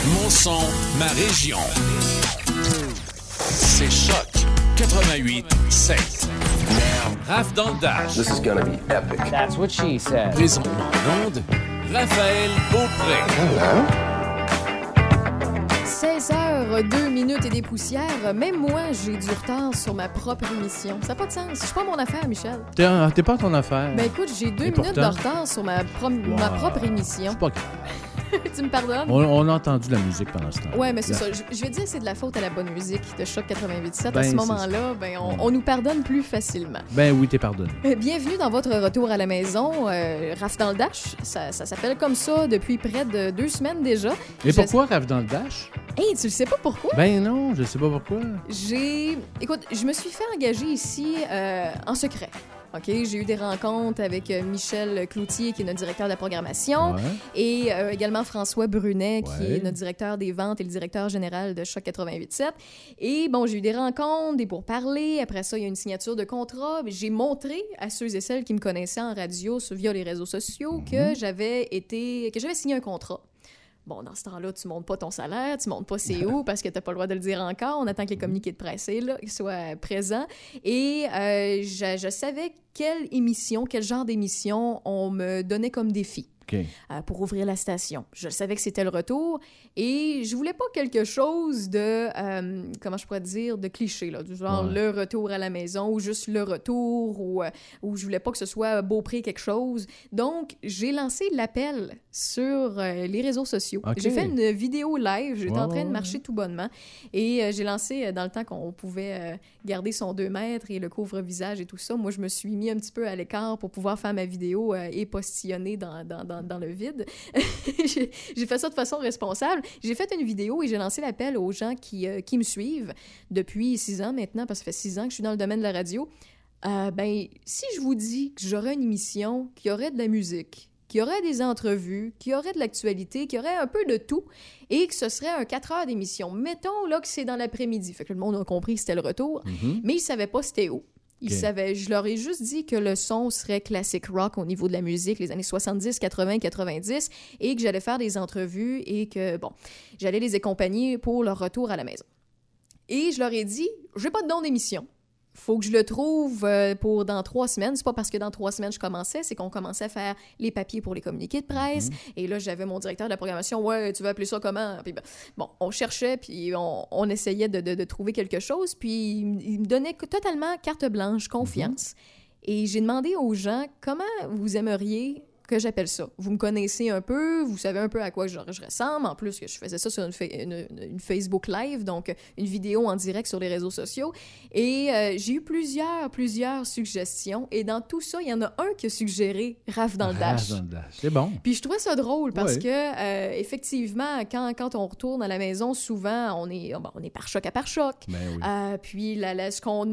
Mon son, ma région. C'est Choc 88.7. Raph dans le Dash. This is gonna be epic. That's what she said. Présentement en onde, Raphaël Beaupré. Hello. 16h02 et des poussières. Même moi, j'ai du retard sur ma propre émission. Ça n'a pas de sens. Je suis pas mon affaire, Michel. T'es pas ton affaire. Ben écoute, j'ai 2 minutes de retard sur ma propre émission. C'est pas grave. Tu me pardonnes? On a entendu la musique pendant ce temps. Ouais, mais c'est ça. Je vais dire que c'est de la faute à la bonne musique de Choc 88.7. Ben, à ce c'est moment-là, on nous pardonne plus facilement. Ben oui, t'es pardonné. Bienvenue dans votre retour à la maison. Raph dans le Dash, ça s'appelle comme ça depuis près de 2 semaines déjà. Et pourquoi Raph dans le Dash? Hey, tu le sais pas pourquoi? Ben non, je sais pas pourquoi. Écoute, je me suis fait engager ici en secret. OK, j'ai eu des rencontres avec Michel Cloutier, qui est notre directeur de la programmation, et également François Brunet, qui est notre directeur des ventes et le directeur général de Choc 88.7. Et bon, j'ai eu des rencontres, des pourparlers. Après ça, il y a une signature de contrat. J'ai montré à ceux et celles qui me connaissaient en radio via les réseaux sociaux que j'avais signé un contrat. Bon, dans ce temps-là, tu montes pas ton salaire, tu montes pas c'est où parce que t'as pas le droit de le dire encore. On attend que les communiqués de presse soient présents. Et je savais quel genre d'émission on me donnait comme défi. Okay. Pour ouvrir la station. Je savais que c'était le retour et je voulais pas quelque chose de, comment je pourrais dire, de cliché, là, du genre le retour à la maison ou juste le retour ou je voulais pas que ce soit Beaupré quelque chose. Donc, j'ai lancé l'appel sur les réseaux sociaux. Okay. J'ai fait une vidéo live, j'étais en train de marcher tout bonnement et j'ai lancé, dans le temps qu'on pouvait garder son 2 mètres et le couvre-visage et tout ça, moi, je me suis mis un petit peu à l'écart pour pouvoir faire ma vidéo et postillonner dans le vide. J'ai fait ça de façon responsable. J'ai fait une vidéo et j'ai lancé l'appel aux gens qui me suivent depuis 6 ans maintenant, parce que ça fait 6 ans que je suis dans le domaine de la radio. Si je vous dis que j'aurais une émission qui aurait de la musique, qui aurait des entrevues, qui aurait de l'actualité, qui aurait un peu de tout, et que ce serait un 4 heures d'émission. Mettons là que c'est dans l'après-midi. Fait que le monde a compris que c'était le retour, mais ils ne savaient pas c'était où. Ils savaient, je leur ai juste dit que le son serait classic rock au niveau de la musique, les années 70, 80, 90, et que j'allais faire des entrevues et que, j'allais les accompagner pour leur retour à la maison. Et je leur ai dit, j'ai pas de nom d'émission. Faut que je le trouve pour dans 3 semaines. C'est pas parce que dans 3 semaines je commençais, c'est qu'on commençait à faire les papiers pour les communiqués de presse. Et là, j'avais mon directeur de la programmation. Ouais, tu vas appeler ça comment? Puis on cherchait, puis on essayait de trouver quelque chose. Puis il me donnait totalement carte blanche, confiance. Et j'ai demandé aux gens comment vous aimeriez que j'appelle ça. Vous me connaissez un peu, vous savez un peu à quoi je ressemble. En plus, que je faisais ça sur une Facebook Live, donc une vidéo en direct sur les réseaux sociaux. Et j'ai eu plusieurs suggestions. Et dans tout ça, il y en a un qui a suggéré Raph dans le Dash. Raph dans le Dash, c'est bon. Puis je trouvais ça drôle parce que, effectivement, quand on retourne à la maison, souvent, on est par choc à par choc. Puis ce qu'on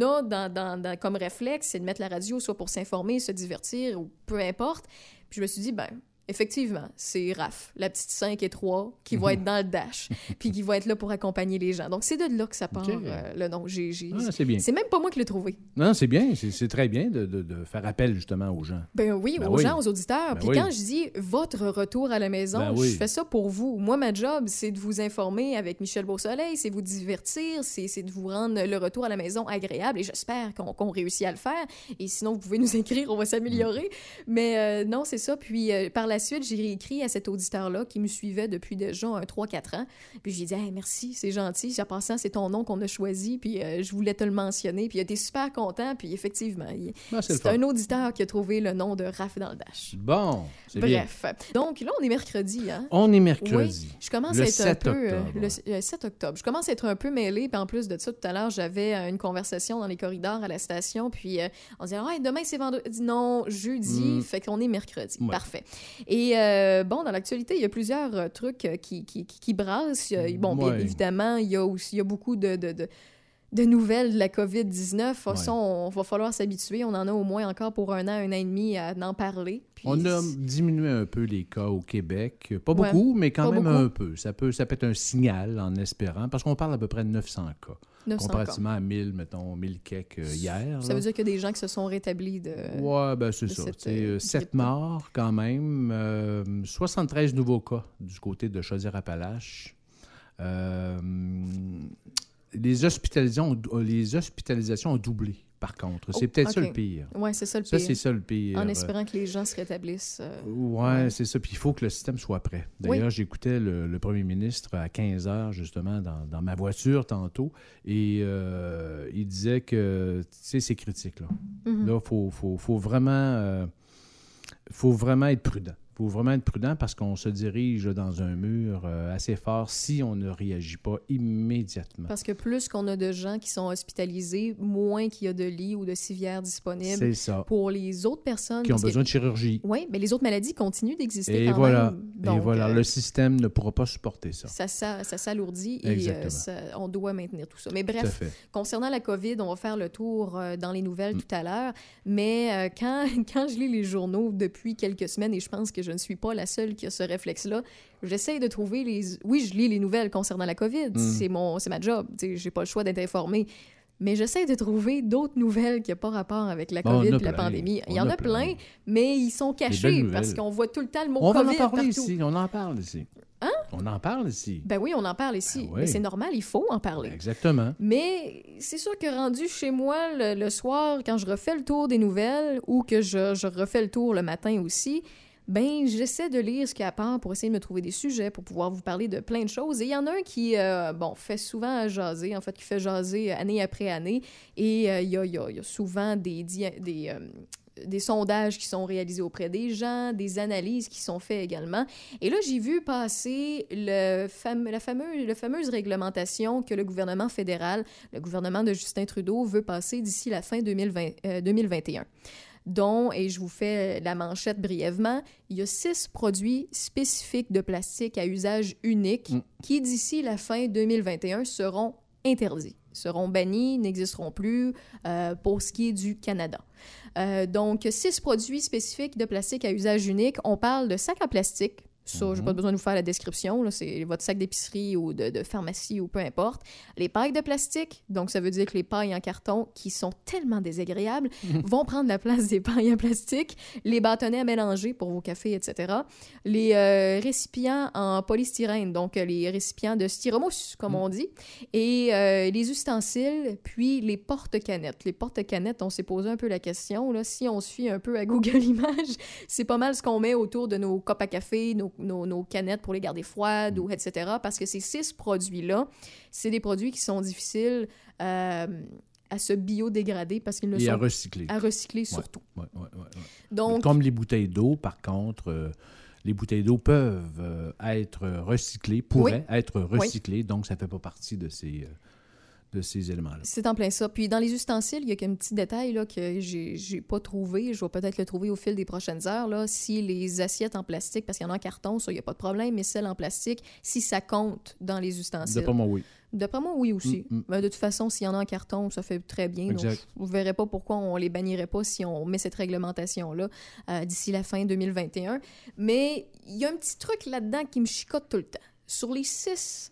a comme réflexe, c'est de mettre la radio soit pour s'informer, se divertir ou peu importe. Puis je me suis dit, effectivement, c'est Raph, la petite 5 et 3, qui va être dans le Dash, puis qui va être là pour accompagner les gens. Donc, c'est de là que ça part, le nom. C'est bien. C'est même pas moi qui l'ai trouvé. Non, c'est bien. C'est très bien de faire appel, justement, aux gens. Aux gens, aux auditeurs. Puis quand je dis « votre retour à la maison », je fais ça pour vous. Moi, ma job, c'est de vous informer avec Michel Beausoleil, c'est vous divertir, c'est de vous rendre le retour à la maison agréable, et j'espère qu'on réussit à le faire. Et sinon, vous pouvez nous écrire, on va s'améliorer. Mais non, c'est ça. Puis, par la suite, j'ai réécrit à cet auditeur-là qui me suivait depuis déjà 3-4 ans. Puis j'ai dit hey, « merci, c'est gentil. En passant, c'est ton nom qu'on a choisi, puis je voulais te le mentionner. » Puis il a été super content. Puis effectivement, c'est un auditeur qui a trouvé le nom de Raph dans le Dash. Bon, c'est bien. Bref. Donc là, on est mercredi. Hein? On est mercredi. Oui, je commence à être un peu... Le 7 octobre. Je commence à être un peu mêlée. Puis en plus de ça, tout à l'heure, j'avais une conversation dans les corridors à la station. Puis on disait « demain, c'est vendredi. » Non, jeudi. Fait qu'on est mercredi. Ouais. Parfait. Et dans l'actualité, il y a plusieurs trucs qui brassent. Bien évidemment, il y a beaucoup de nouvelles de la COVID-19. Ça, on va falloir s'habituer. On en a au moins encore pour 1 an et demi à en parler. Puis on a diminué un peu les cas au Québec. Pas beaucoup, mais quand même un peu. Ça peut être un signal en espérant, parce qu'on parle à peu près de 900 cas. Comparativement à 1000, mettons, 1000 quelques hier. Ça veut dire qu'il y a des gens qui se sont rétablis de... Oui, c'est ça. 7 morts quand même. 73 nouveaux cas du côté de Chaudière-Appalaches. Les hospitalisations ont doublé, par contre. C'est peut-être ça le pire. Oui, c'est ça le pire. Ça, c'est ça le pire. En espérant que les gens se rétablissent. Oui, c'est ça. Puis il faut que le système soit prêt. D'ailleurs, j'écoutais le premier ministre à 15 heures, justement, dans ma voiture tantôt, et il disait que, tu sais, c'est critique, là. Mm-hmm. Là, faut vraiment être prudent. Il faut vraiment être prudent parce qu'on se dirige dans un mur assez fort si on ne réagit pas immédiatement. Parce que plus qu'on a de gens qui sont hospitalisés, moins qu'il y a de lits ou de civières disponibles. C'est ça. Pour les autres personnes... Qui ont besoin de chirurgie. Oui, mais les autres maladies continuent d'exister quand même. Donc, et voilà, le système ne pourra pas supporter ça. Ça s'alourdit et on doit maintenir tout ça. Mais bref, concernant la COVID, on va faire le tour dans les nouvelles tout à l'heure, mais quand je lis les journaux depuis quelques semaines, et je pense que je ne suis pas la seule qui a ce réflexe-là. J'essaie de trouver les... Oui, je lis les nouvelles concernant la COVID. C'est ma job. J'ai pas le choix d'être informée. Mais j'essaie de trouver d'autres nouvelles qui n'ont pas rapport avec la COVID et la pandémie. Il y en a plein, mais ils sont cachés parce qu'on voit tout le temps le mot COVID partout. On en parle ici. Hein? On en parle ici. Ben oui, on en parle ici. Mais c'est normal, il faut en parler. Exactement. Mais c'est sûr que rendu chez moi le soir, quand je refais le tour des nouvelles ou que je refais le tour le matin aussi... Ben, j'essaie de lire ce qu'il y a à part pour essayer de me trouver des sujets, pour pouvoir vous parler de plein de choses. Et il y en a un qui, fait souvent jaser, en fait, qui fait jaser année après année. Et il y a souvent des sondages qui sont réalisés auprès des gens, des analyses qui sont faites également. Et là, j'ai vu passer la fameuse réglementation que le gouvernement fédéral, le gouvernement de Justin Trudeau, veut passer d'ici la fin 2021. Dont, et je vous fais la manchette brièvement, il y a 6 produits spécifiques de plastique à usage unique qui, d'ici la fin 2021, seront interdits, seront bannis, n'existeront plus pour ce qui est du Canada. Donc, 6 produits spécifiques de plastique à usage unique. On parle de sacs en plastique. Ça, j'ai pas besoin de vous faire la description. Là, c'est votre sac d'épicerie ou de pharmacie ou peu importe. Les pailles de plastique, donc ça veut dire que les pailles en carton, qui sont tellement désagréables, vont prendre la place des pailles en plastique. Les bâtonnets à mélanger pour vos cafés, etc. Les récipients en polystyrène, donc les récipients de styromousse, comme on dit. Et les ustensiles, puis les porte-canettes. Les porte-canettes, on s'est posé un peu la question. Là, si on se fie un peu à Google Images, c'est pas mal ce qu'on met autour de nos copes à café, nos canettes pour les garder froides, ou etc. Parce que ces 6 produits-là, c'est des produits qui sont difficiles à se biodégrader parce qu'ils ne sont... Et à recycler. À recycler surtout. Ouais. Donc, comme les bouteilles d'eau, par contre, les bouteilles d'eau peuvent être recyclées, pourraient être recyclées, donc ça ne fait pas partie de ces éléments-là. C'est en plein ça. Puis dans les ustensiles, il y a un petit détail là, que j'ai pas trouvé. Je vais peut-être le trouver au fil des prochaines heures. Là. Si les assiettes en plastique, parce qu'il y en a en carton, ça, il n'y a pas de problème, mais celles en plastique, si ça compte dans les ustensiles. D'après moi, oui. D'après moi, oui aussi. Mais de toute façon, s'il y en a en carton, ça fait très bien. Exact. Donc, je ne verrais pas pourquoi on les bannirait pas si on met cette réglementation-là d'ici la fin 2021. Mais il y a un petit truc là-dedans qui me chicote tout le temps. Sur les 6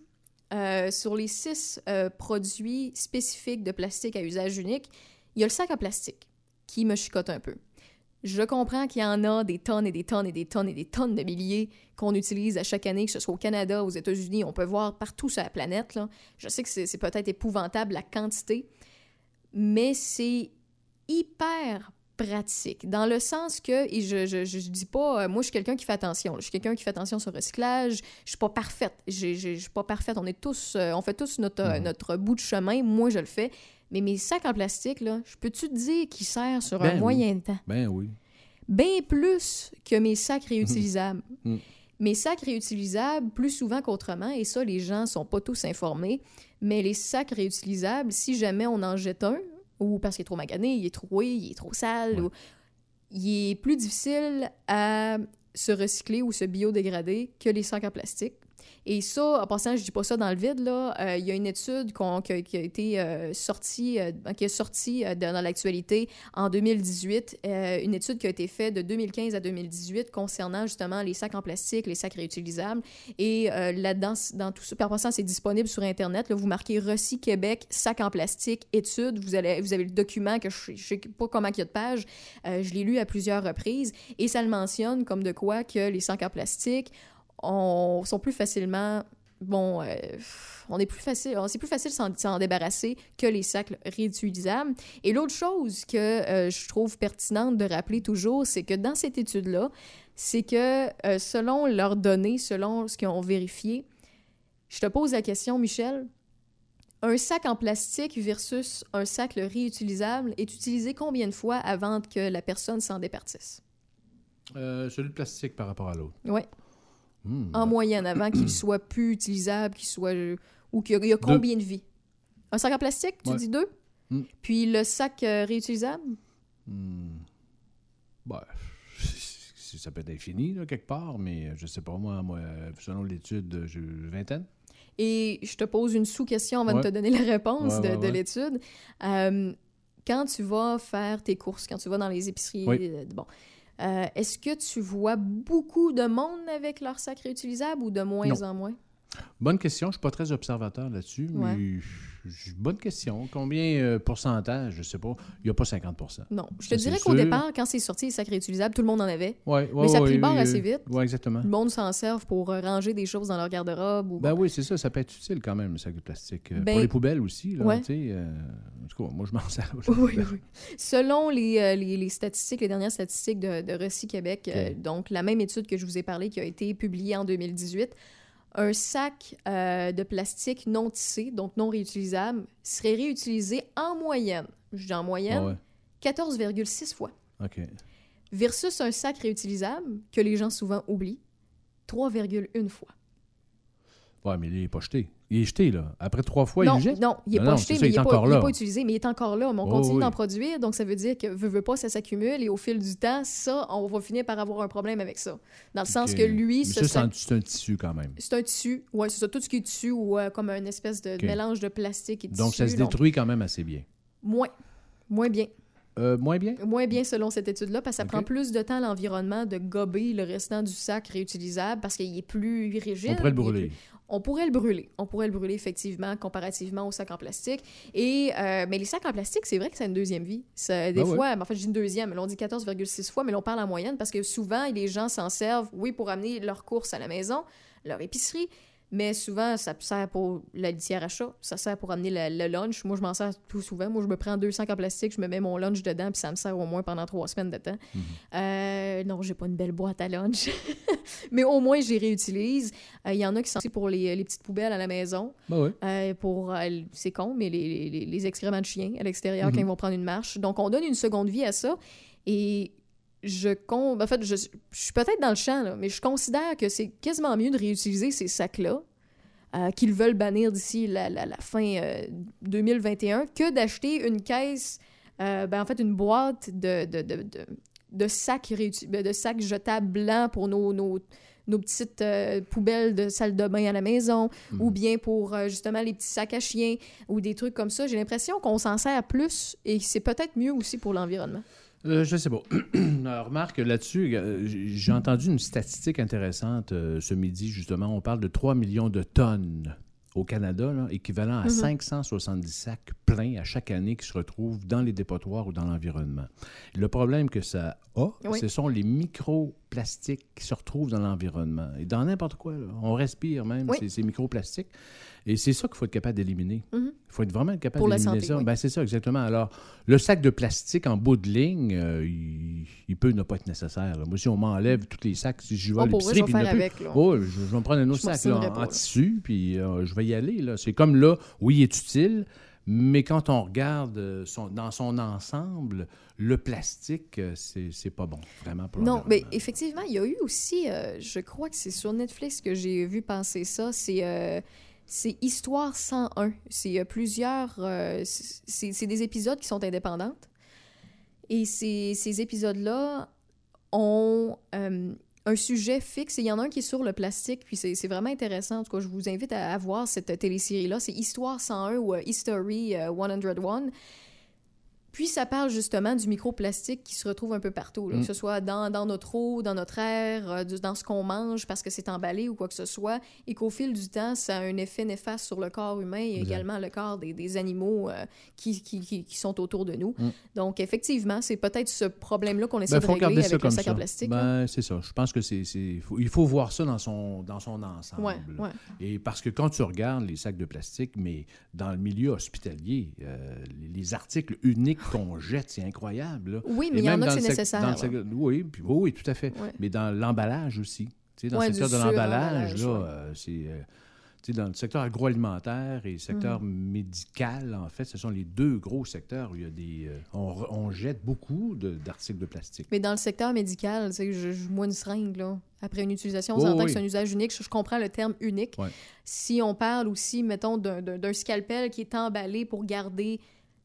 produits spécifiques de plastique à usage unique, il y a le sac en plastique qui me chicote un peu. Je comprends qu'il y en a des tonnes et des tonnes et des tonnes et des tonnes de milliers qu'on utilise à chaque année, que ce soit au Canada, aux États-Unis, on peut voir partout sur la planète. Là. Je sais que c'est peut-être épouvantable la quantité, mais c'est hyper pratique, dans le sens que, et je dis pas, moi je suis quelqu'un qui fait attention, je suis quelqu'un qui fait attention sur le recyclage, je suis pas parfaite, je suis pas parfaite, on fait tous notre bout de chemin, moi je le fais, mais mes sacs en plastique, là, je peux-tu te dire qu'ils servent sur un moyen temps? Ben oui. Bien plus que mes sacs réutilisables. Mes sacs réutilisables, plus souvent qu'autrement, et ça, les gens sont pas tous informés, mais les sacs réutilisables, si jamais on en jette un, ou parce qu'il est trop magané, il est trop rouillé, il est trop sale, ou il est plus difficile à se recycler ou se biodégrader que les sacs en plastique. Et ça, en passant, je dis pas ça dans le vide, là, il y a une étude qui a été sortie dans l'actualité en 2018, une étude qui a été faite de 2015 à 2018 concernant justement les sacs en plastique, les sacs réutilisables. Et là-dedans, dans tout ça, puis en passant, c'est disponible sur Internet. Là, vous marquez Recy Québec, sac en plastique, étude. Vous avez le document que je sais pas comment il y a de pages. Je l'ai lu à plusieurs reprises. Et ça le mentionne comme de quoi que les sacs en plastique sont plus facilement bon, c'est plus facile de s'en débarrasser que les sacs réutilisables. Et l'autre chose que je trouve pertinente de rappeler toujours, c'est que dans cette étude-là, c'est que selon leurs données, selon ce qu'ils ont vérifié, je te pose la question, Michel, un sac en plastique versus un sac réutilisable est utilisé combien de fois avant que la personne s'en départisse? Celui de plastique par rapport à l'autre. Oui. En moyenne, avant qu'il soit plus utilisable, qu'il soit... ou qu'il y a combien de vies? Un sac en plastique, tu dis 2? Puis le sac réutilisable? Ben, ça peut être infini, là, quelque part, mais je sais pas, moi selon l'étude, j'ai une vingtaine. Et je te pose une sous-question avant de te donner la réponse de l'étude. Quand tu vas faire tes courses, quand tu vas dans les épiceries, est-ce que tu vois beaucoup de monde avec leur sac réutilisable ou de moins en moins? Bonne question. Je ne suis pas très observateur là-dessus, mais bonne question. Combien pourcentage? Je ne sais pas. Il n'y a pas 50%. Non. Je te dirais qu'au départ, quand c'est sorti les sacs réutilisables, tout le monde en avait. Mais ça a pris le bord assez vite. Oui, exactement. Le monde s'en sert pour ranger des choses dans leur garde-robe. Oui, c'est ça. Ça peut être utile quand même, le sac de plastique. Pour les poubelles aussi. Là, en tout cas, moi, je m'en sers. Oui. Selon les statistiques, les dernières statistiques de Recy Québec, donc la même étude que je vous ai parlé qui a été publiée en 2018, un sac de plastique non tissé, donc non réutilisable, serait réutilisé en moyenne, je dis en moyenne, 14,6 fois. OK. Versus un sac réutilisable, que les gens souvent oublient, 3,1 fois. Oui, mais il n'est pas jeté. Il est jeté, là. Après 3 fois, il le jette? Non, il n'est pas jeté, mais il n'est pas utilisé, mais il est encore là. Mais on continue d'en produire, donc ça veut dire que, veut pas, ça s'accumule, et au fil du temps, ça, on va finir par avoir un problème avec ça. Dans le sens que lui... Mais c'est un tissu, quand même. C'est un tissu, oui, c'est ça. Tout ce qui est tissu ou comme une espèce de mélange de plastique et de tissu. Donc, ça se détruit quand même assez bien. Moins bien. Moins bien? Moins bien selon cette étude-là, parce que ça prend plus de temps à l'environnement de gober le restant du sac réutilisable parce qu'il est plus rigide. On pourrait le brûler. On pourrait le brûler, effectivement, comparativement au sac en plastique. Mais les sacs en plastique, c'est vrai que ça a une deuxième vie. Des fois, en fait, je dis une deuxième, mais là, on dit 14,6 fois, mais là, on parle en moyenne parce que souvent, les gens s'en servent, pour amener leurs courses à la maison, leur épicerie, mais souvent, ça sert pour la litière à chat, ça sert pour amener le lunch. Moi, je m'en sers tout souvent. Moi, je me prends 2 sacs en plastique, je me mets mon lunch dedans, puis ça me sert au moins pendant 3 semaines de temps. Non, j'ai pas une belle boîte à lunch, mais au moins, j'y réutilise. Il y en a qui sont aussi pour les petites poubelles à la maison. C'est con, mais les excréments de chiens à l'extérieur quand ils vont prendre une marche. Donc, on donne une seconde vie à ça. Et je suis peut-être dans le champ, là, mais je considère que c'est quasiment mieux de réutiliser ces sacs-là qu'ils veulent bannir d'ici la fin 2021 que d'acheter une caisse, une boîte de sacs jetables blancs pour nos petites poubelles de salle de bain à la maison, ou bien pour justement les petits sacs à chiens ou des trucs comme ça. J'ai l'impression qu'on s'en sert plus et c'est peut-être mieux aussi pour l'environnement. Je sais pas. Alors, remarque, là-dessus, j'ai entendu une statistique intéressante ce midi, justement. On parle de 3 millions de tonnes au Canada, là, équivalent à 570 sacs pleins à chaque année qui se retrouvent dans les dépotoirs ou dans l'environnement. Le problème que ça a, ce sont les microplastiques qui se retrouvent dans l'environnement. Et dans n'importe quoi, là, on respire même ces microplastiques. Et c'est ça qu'il faut être capable d'éliminer. Il faut être vraiment capable d'éliminer ça. Ben, c'est ça, exactement. Alors, le sac de plastique en bout de ligne, il peut ne pas être nécessaire. Là. Moi, si on m'enlève tous les sacs, si je vais à l'épicerie, puis je vais me prendre un autre sac en tissu, puis je vais y aller. Là. C'est comme là, oui, il est utile, mais quand on regarde dans son ensemble, le plastique, c'est pas bon, vraiment, pour l'environnement. Non, mais effectivement, il y a eu aussi, je crois que c'est sur Netflix que j'ai vu passer ça, c'est Histoire 101. C'est plusieurs... c'est des épisodes qui sont indépendantes. Et ces épisodes-là ont un sujet fixe. Et il y en a un qui est sur le plastique. Puis c'est vraiment intéressant. En tout cas, je vous invite à voir cette télésérie-là. C'est Histoire 101 ou History 101. Puis ça parle justement du microplastique qui se retrouve un peu partout, là, que ce soit dans notre eau, dans notre air, dans ce qu'on mange parce que c'est emballé ou quoi que ce soit, et qu'au fil du temps, ça a un effet néfaste sur le corps humain et également le corps des animaux qui sont autour de nous. Donc effectivement, c'est peut-être ce problème-là qu'on essaie de régler avec le sac en plastique. C'est ça. Je pense que il faut voir ça dans son ensemble. Ouais. Et parce que quand tu regardes les sacs de plastique, mais dans le milieu hospitalier, les articles uniques qu'on jette, c'est incroyable. Là. Oui, mais il y en a que c'est nécessaire. Oui, tout à fait. Ouais. Mais dans l'emballage aussi. Tu sais, dans le secteur de l'emballage, là, c'est dans le secteur agroalimentaire et le secteur médical, en fait, ce sont les deux gros secteurs où il y a des... on jette beaucoup d'articles de plastique. Mais dans le secteur médical, moi, une seringue, là, après une utilisation, on s'entend que c'est un usage unique. Je comprends le terme unique. Ouais. Si on parle aussi, mettons, d'un scalpel qui est emballé pour garder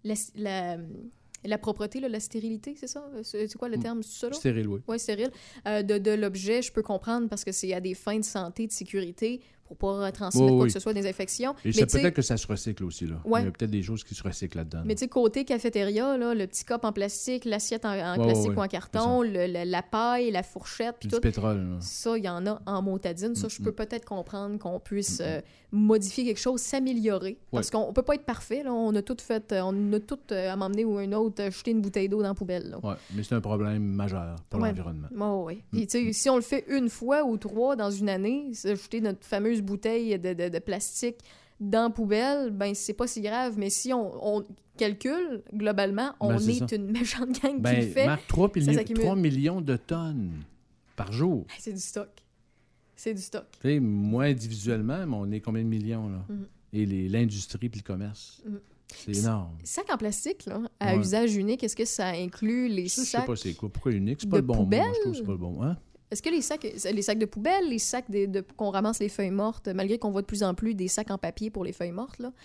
la propreté, là, la stérilité, c'est ça? C'est quoi le terme? C'est ça, là? Stérile, oui. Oui, stérile. De l'objet, je peux comprendre parce que c'est à des fins de santé, de sécurité, pour pas transmettre quoi que ce soit des infections. Et c'est peut-être que ça se recycle aussi, là. Ouais. Il y a peut-être des choses qui se recyclent là-dedans. Mais tu sais, côté cafétéria, là, le petit cop en plastique, l'assiette en plastique ou en carton, la paille, la fourchette, puis tout. Du pétrole, là. Ça, il y en a en motadine. Ça, je peux peut-être comprendre qu'on puisse modifier quelque chose, s'améliorer. Parce qu'on peut pas être parfait, là. On a tout fait, à m'emmener ou un autre, jeter une bouteille d'eau dans la poubelle, Oui, mais c'est un problème majeur pour l'environnement. Oui. Puis, tu sais, si on le fait une fois ou trois dans une année, jeter notre fameuse bouteille de plastique dans la poubelle, ben c'est pas si grave. Mais si on calcule, globalement, on est une méchante gang qui le fait. Marc, 3 millions de tonnes par jour. C'est du stock. C'est du stock. Tu sais, moi, individuellement, mais on est combien de millions, là? Et l'industrie puis le commerce. C'est énorme. Sac en plastique, là, à usage unique, est-ce que ça inclut les sacs? Je sais pas c'est quoi. Pourquoi unique? C'est pas le bon mot. Je trouve que c'est pas le bon mot. Hein? Est-ce que les sacs de poubelle, les sacs qu'on ramasse les feuilles mortes, malgré qu'on voit de plus en plus des sacs en papier pour les feuilles mortes, là.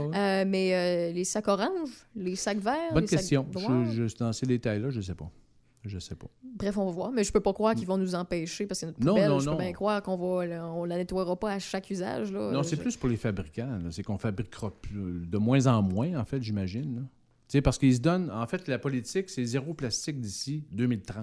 Mais les sacs oranges, les sacs verts, bonne question. Dans ces détails-là, je sais pas. Bref, on va voir. Mais je peux pas croire qu'ils vont nous empêcher parce que notre poubelle, je peux bien croire on la nettoiera pas à chaque usage. Là. Non, c'est plus pour les fabricants. Là. C'est qu'on fabriquera de moins en moins, en fait, j'imagine. Tu sais, parce qu'ils se donnent... En fait, la politique, c'est zéro plastique d'ici 2030.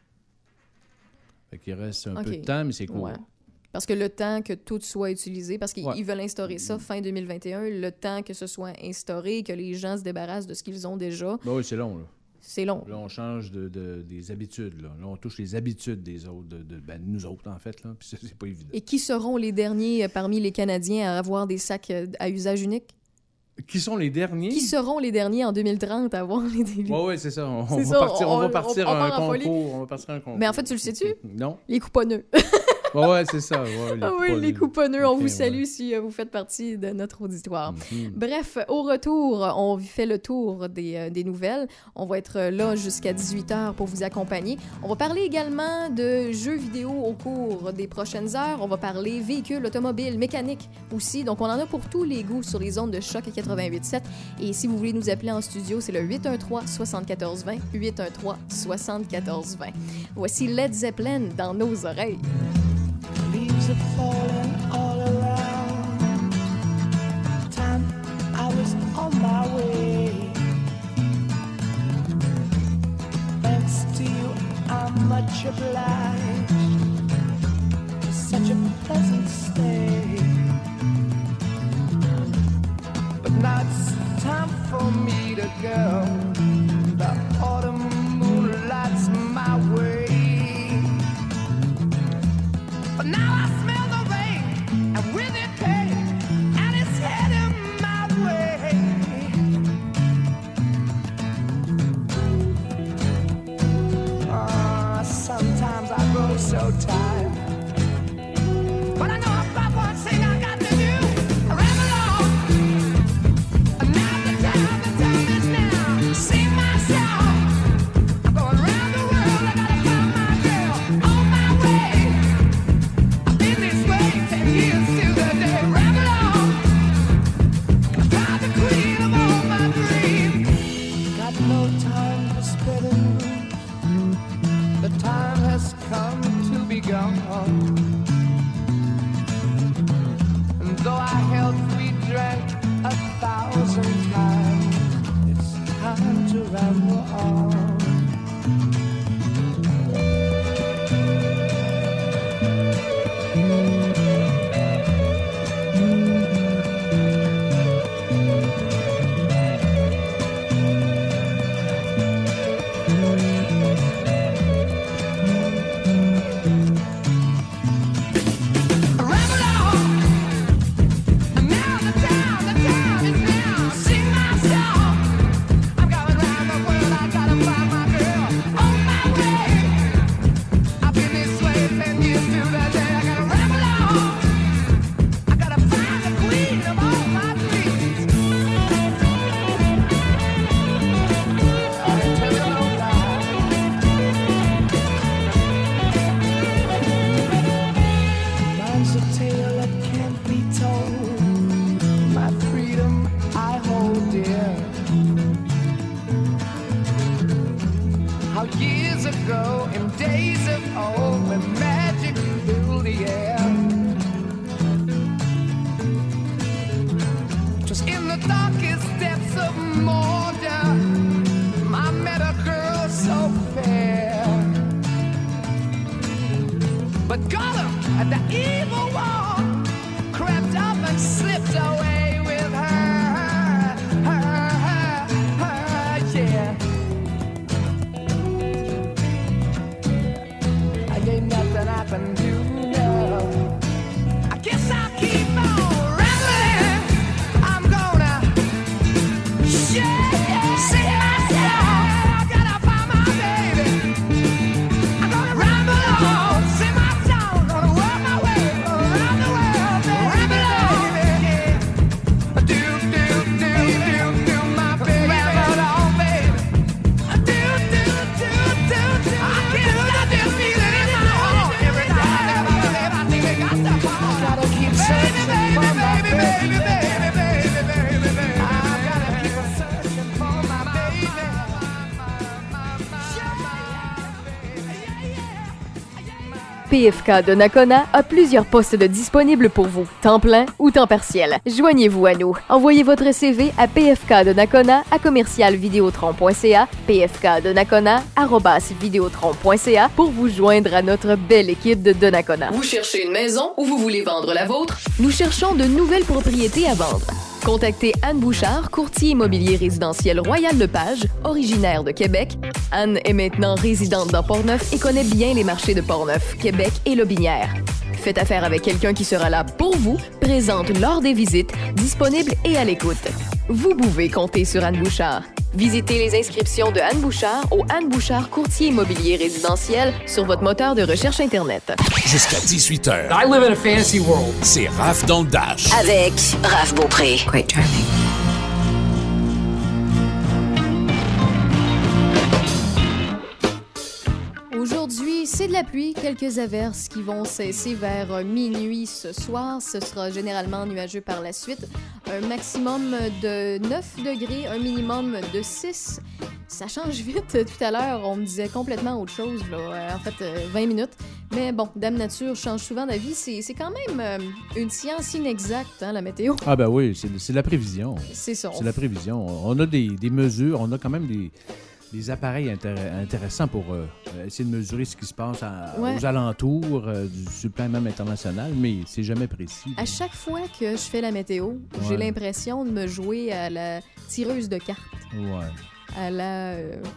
Fait qu'il reste un peu de temps, mais c'est court. Ouais. Parce que le temps que tout soit utilisé, parce qu'ils veulent instaurer ça fin 2021, le temps que ce soit instauré, que les gens se débarrassent de ce qu'ils ont déjà... Oui, c'est long, là. C'est long. Là, on change des habitudes. Là, on touche les habitudes des autres, nous autres, en fait. Là, puis ça, c'est pas évident. Et qui seront les derniers parmi les Canadiens à avoir des sacs à usage unique? Qui sont les derniers? Qui seront les derniers en 2030 à avoir les... Oui, c'est ça. On va partir un concours. Mais en fait, tu le sais-tu? Non. Les couponneux. Oui, c'est ça. Les couponneux, on vous salue si vous faites partie de notre auditoire. Bref, au retour, on fait le tour des nouvelles. On va être là jusqu'à 18h pour vous accompagner. On va parler également de jeux vidéo au cours des prochaines heures. On va parler véhicules, automobiles, mécaniques aussi. Donc, on en a pour tous les goûts sur les ondes de Choc 88.7. Et si vous voulez nous appeler en studio, c'est le 813-7420, 813-7420. Voici Led Zeppelin dans nos oreilles. Leaves are falling all around. Time I was on my way. Thanks to you, I'm much obliged. Such a pleasant stay. But now it's time for me to go. The autumn moonlight's my way. But now I smell the rain. 'Cause in the darkest depths of Mordor, I met a girl so fair. But Gollum at the evil wall crept up and slipped away with her, yeah. Ain't nothing I can do now. I guess I'll keep on rambling. I'm gonna see myself. I gotta find my baby. I'm gonna ramble on, sing my song, gonna work my way around the world, ramble on, baby. Do my baby, ramble on, baby. Do. I can't stop this feeling in my heart every time I think we got to fall. I gotta keep searching for my baby. I gotta keep searching for my baby. PFK de Nakona a plusieurs postes de disponibles pour vous, temps plein ou temps partiel. Joignez-vous à nous. Envoyez votre CV à pfkdenakona@commercialvideotron.ca, pfkdenakona@videotron.ca pour vous joindre à notre belle équipe de Nakona. Vous cherchez une maison ou vous voulez vendre la vôtre? Nous cherchons de nouvelles propriétés à vendre. Contactez Anne Bouchard, courtier immobilier résidentiel Royal-Lepage, originaire de Québec. Anne est maintenant résidente dans Portneuf et connaît bien les marchés de Portneuf, Québec et Lobinière. Faites affaire avec quelqu'un qui sera là pour vous, présente lors des visites, disponible et à l'écoute. Vous pouvez compter sur Anne Bouchard. Visitez les inscriptions de Anne Bouchard au Anne Bouchard courtier immobilier résidentiel sur votre moteur de recherche Internet. Jusqu'à 18h. I live in a fantasy world. C'est Raph dans le Dash. Avec Raph Beaupré. Quite charming. Aujourd'hui, c'est de la pluie, quelques averses qui vont cesser vers minuit ce soir. Ce sera généralement nuageux par la suite. Un maximum de 9 degrés, un minimum de 6. Ça change vite. Tout à l'heure, on me disait complètement autre chose, là. En fait, 20 minutes. Mais bon, Dame Nature change souvent d'avis. C'est quand même une science inexacte, hein, la météo. Ah ben oui, c'est la prévision. C'est ça. C'est la prévision. On a des mesures, on a quand même des appareils intéressants pour essayer de mesurer ce qui se passe aux alentours sur le plan même international, mais c'est jamais précis. À chaque fois que je fais la météo, j'ai l'impression de me jouer à la tireuse de cartes. Ouais. À la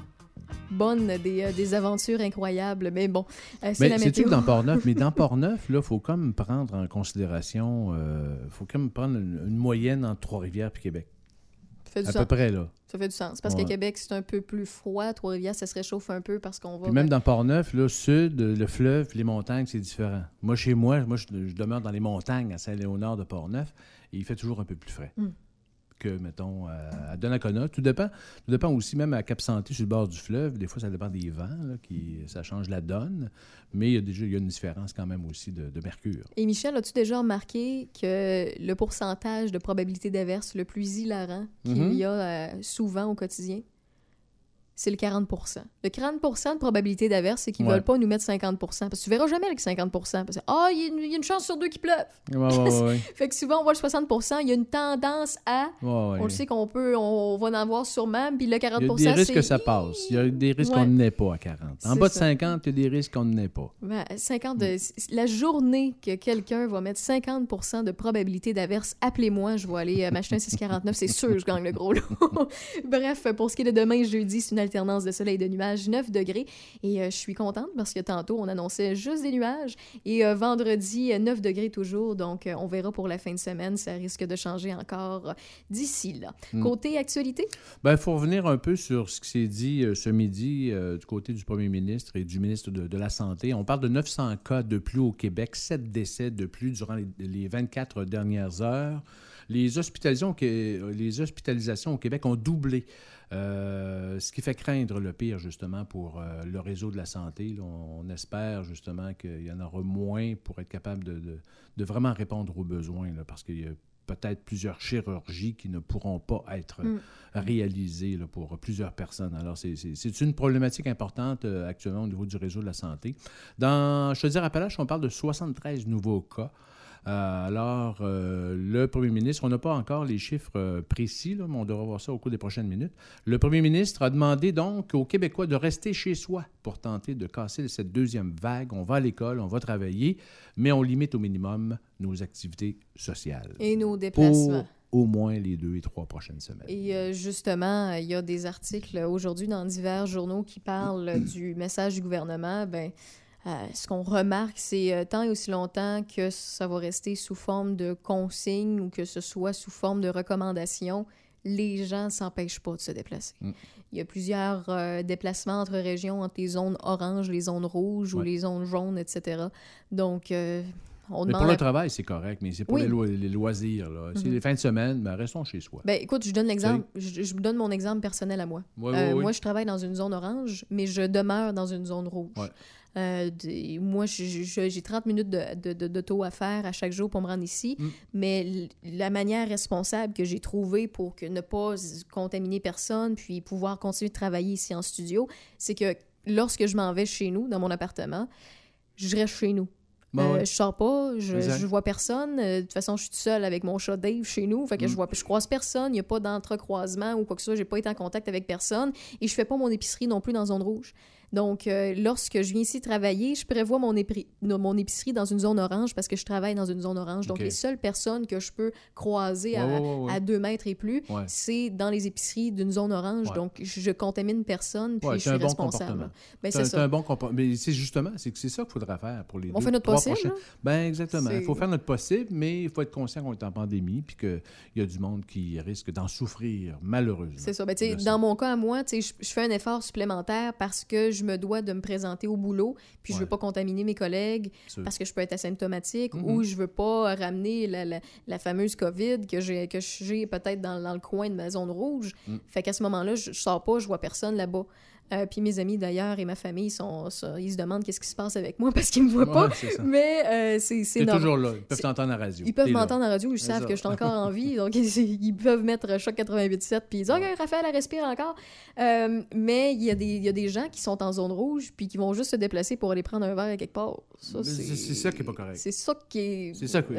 bonne des aventures incroyables. Mais bon, c'est mais la c'est météo. tout dans Portneuf. Mais dans Portneuf, il faut comme prendre en considération, faut comme prendre une moyenne entre Trois-Rivières et Québec. Ça fait du à sens. peu près, là. Ça fait du sens. Parce qu'à Québec, c'est un peu plus froid. Trois-Rivières, ça se réchauffe un peu parce qu'on va... Puis même dans Portneuf, là, sud, le fleuve, les montagnes, c'est différent. Moi, chez moi, je demeure dans les montagnes à Saint-Léonard de Portneuf et il fait toujours un peu plus frais que, mettons, à Donnacona. Tout dépend aussi, même à Cap-Santé, sur le bord du fleuve. Des fois, ça dépend des vents, là, ça change la donne. Mais il y a une différence quand même aussi de mercure. Et Michel, as-tu déjà remarqué que le pourcentage de probabilité d'averse le plus hilarant qu'il y a souvent au quotidien, c'est le 40 %. Le 40 % de probabilité d'averse, c'est qu'ils ne veulent pas nous mettre 50 % parce que tu ne verras jamais le 50 % parce que il y a une chance sur deux qu'il pleuve. Ouais. Fait que souvent, on voit le 60 %, il y a une tendance à... On le sait qu'on va en avoir sûrement, puis le 40 %, il y a des risques que ça passe. Il y a des risques qu'on n'ait pas à 40. En bas de 50, il y a des risques qu'on n'ait pas. 50 la journée que quelqu'un va mettre 50 % de probabilité d'averse, appelez-moi, je vais aller m'acheter un 649, c'est sûr, je gagne le gros lot. Bref, pour ce qui est de demain, jeudi, c'est une alternance de soleil et de nuages, 9 degrés. Et je suis contente parce que tantôt, on annonçait juste des nuages. Et vendredi, 9 degrés toujours. Donc, on verra pour la fin de semaine. Ça risque de changer encore d'ici là. Côté actualité? Il faut revenir un peu sur ce qui s'est dit ce midi du côté du premier ministre et du ministre de la Santé. On parle de 900 cas de plus au Québec, 7 décès de plus durant les 24 dernières heures. Les hospitalisations au Québec ont doublé. Ce qui fait craindre le pire, justement, pour le réseau de la santé. Là, on espère, justement, qu'il y en aura moins pour être capable de vraiment répondre aux besoins, là, parce qu'il y a peut-être plusieurs chirurgies qui ne pourront pas être réalisées là, pour plusieurs personnes. Alors, c'est une problématique importante actuellement au niveau du réseau de la santé. Dans Chaudière-Appalaches, on parle de 73 nouveaux cas. Alors, le premier ministre, on n'a pas encore les chiffres précis, là, mais on devra voir ça au cours des prochaines minutes. Le premier ministre a demandé donc aux Québécois de rester chez soi pour tenter de casser cette deuxième vague. On va à l'école, on va travailler, mais on limite au minimum nos activités sociales. Et nos déplacements. Au moins les 2 et 3 prochaines semaines. Et justement, il y a des articles aujourd'hui dans divers journaux qui parlent du message du gouvernement. Ce qu'on remarque, c'est tant et aussi longtemps que ça va rester sous forme de consigne ou que ce soit sous forme de recommandation, les gens ne s'empêchent pas de se déplacer. Il y a plusieurs déplacements entre régions, entre les zones oranges, les zones rouges ou les zones jaunes, etc. Donc... mais pour le travail, c'est correct, mais c'est pour les loisirs. Là. C'est les fins de semaine, restons chez soi. Écoute, je donne l'exemple. Je donne mon exemple personnel à moi. Moi, je travaille dans une zone orange, mais je demeure dans une zone rouge. Moi, j'ai 30 minutes d'auto à faire à chaque jour pour me rendre ici, mais la manière responsable que j'ai trouvée pour ne pas contaminer personne puis pouvoir continuer de travailler ici en studio, c'est que lorsque je m'en vais chez nous, dans mon appartement, je reste chez nous. Je sors pas, je vois personne. De toute façon, je suis toute seule avec mon chat Dave chez nous. Fait que je croise personne. Il n'y a pas d'entrecroisement ou quoi que ce soit. J'ai pas été en contact avec personne. Et je fais pas mon épicerie non plus dans zone rouge. Donc, lorsque je viens ici travailler, je prévois mon épicerie dans une zone orange parce que je travaille dans une zone orange. Donc, les seules personnes que je peux croiser à 2 mètres et plus, c'est dans les épiceries d'une zone orange. Donc, je contamine personne puis je suis responsable. C'est un bon comportement. Mais c'est justement, c'est ça qu'il faudra faire pour les 2 fait notre 3 possible, prochains. Exactement. Il faut faire notre possible, mais il faut être conscient qu'on est en pandémie puis qu'il y a du monde qui risque d'en souffrir, malheureusement. C'est ça. Dans mon cas à moi, je fais un effort supplémentaire parce que je me dois de me présenter au boulot, puis je veux pas contaminer mes collègues parce que je peux être asymptomatique ou je veux pas ramener la fameuse COVID que j'ai peut-être dans le coin de ma zone rouge. Fait qu'à ce moment-là, je sors pas, je vois personne là-bas. Puis mes amis, d'ailleurs, et ma famille, ils se demandent qu'est-ce qui se passe avec moi parce qu'ils me voient pas. Mais c'est normal. Toujours là. Ils peuvent t'entendre à la radio. Ils peuvent m'entendre à la radio. Ils savent que je suis encore en vie. Donc, ils peuvent mettre Choc 88.7 puis ils disent « OK, Raphaël, elle respire encore. » Mais il y a des gens qui sont en zone rouge puis qui vont juste se déplacer pour aller prendre un verre quelque part. C'est ça qui n'est pas correct. C'est ça qui est... C'est ça.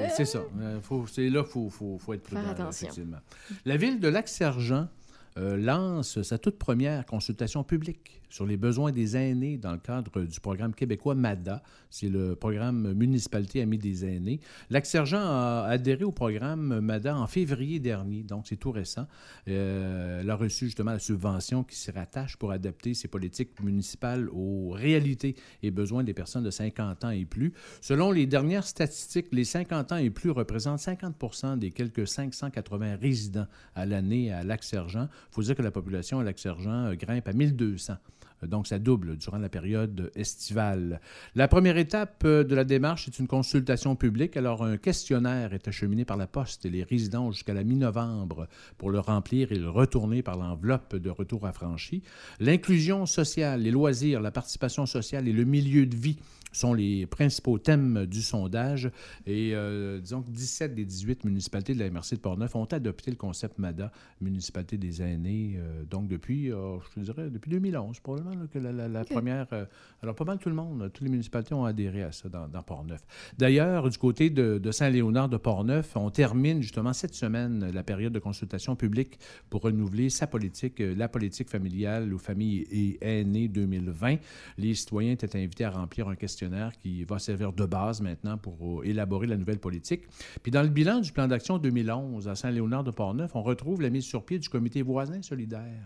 C'est là qu'il faut être prudent. Faire attention. Effectivement. La ville de Lac-Sergent lance sa toute première consultation publique sur les besoins des aînés dans le cadre du programme québécois MADA. C'est le programme Municipalité Amis des aînés. Lac-Sergent a adhéré au programme MADA en février dernier, donc c'est tout récent. Elle a reçu justement la subvention qui s'y rattache pour adapter ses politiques municipales aux réalités et besoins des personnes de 50 ans et plus. Selon les dernières statistiques, les 50 ans et plus représentent 50% des quelques 580 résidents à l'année à Lac-Sergent. Il faut dire que la population à Lac-Sergent grimpe à 1200. Donc, ça double durant la période estivale. La première étape de la démarche est une consultation publique. Alors, un questionnaire est acheminé par la poste et les résidents ont jusqu'à la mi-novembre pour le remplir et le retourner par l'enveloppe de retour affranchi. L'inclusion sociale, les loisirs, la participation sociale et le milieu de vie sont les principaux thèmes du sondage. Et disons que 17 des 18 municipalités de la MRC de Portneuf ont adopté le concept MADA, Municipalité des aînés, donc depuis, je te dirais, depuis 2011, probablement, là, que la première... alors, pas mal tout le monde, toutes les municipalités ont adhéré à ça dans Portneuf. D'ailleurs, du côté de Saint-Léonard de Portneuf, on termine justement cette semaine la période de consultation publique pour renouveler sa politique, la politique familiale aux familles et aînés 2020. Les citoyens étaient invités à remplir un questionnaire qui va servir de base maintenant pour élaborer la nouvelle politique. Puis dans le bilan du plan d'action 2011 à Saint-Léonard de Portneuf, on retrouve la mise sur pied du comité voisin solidaire.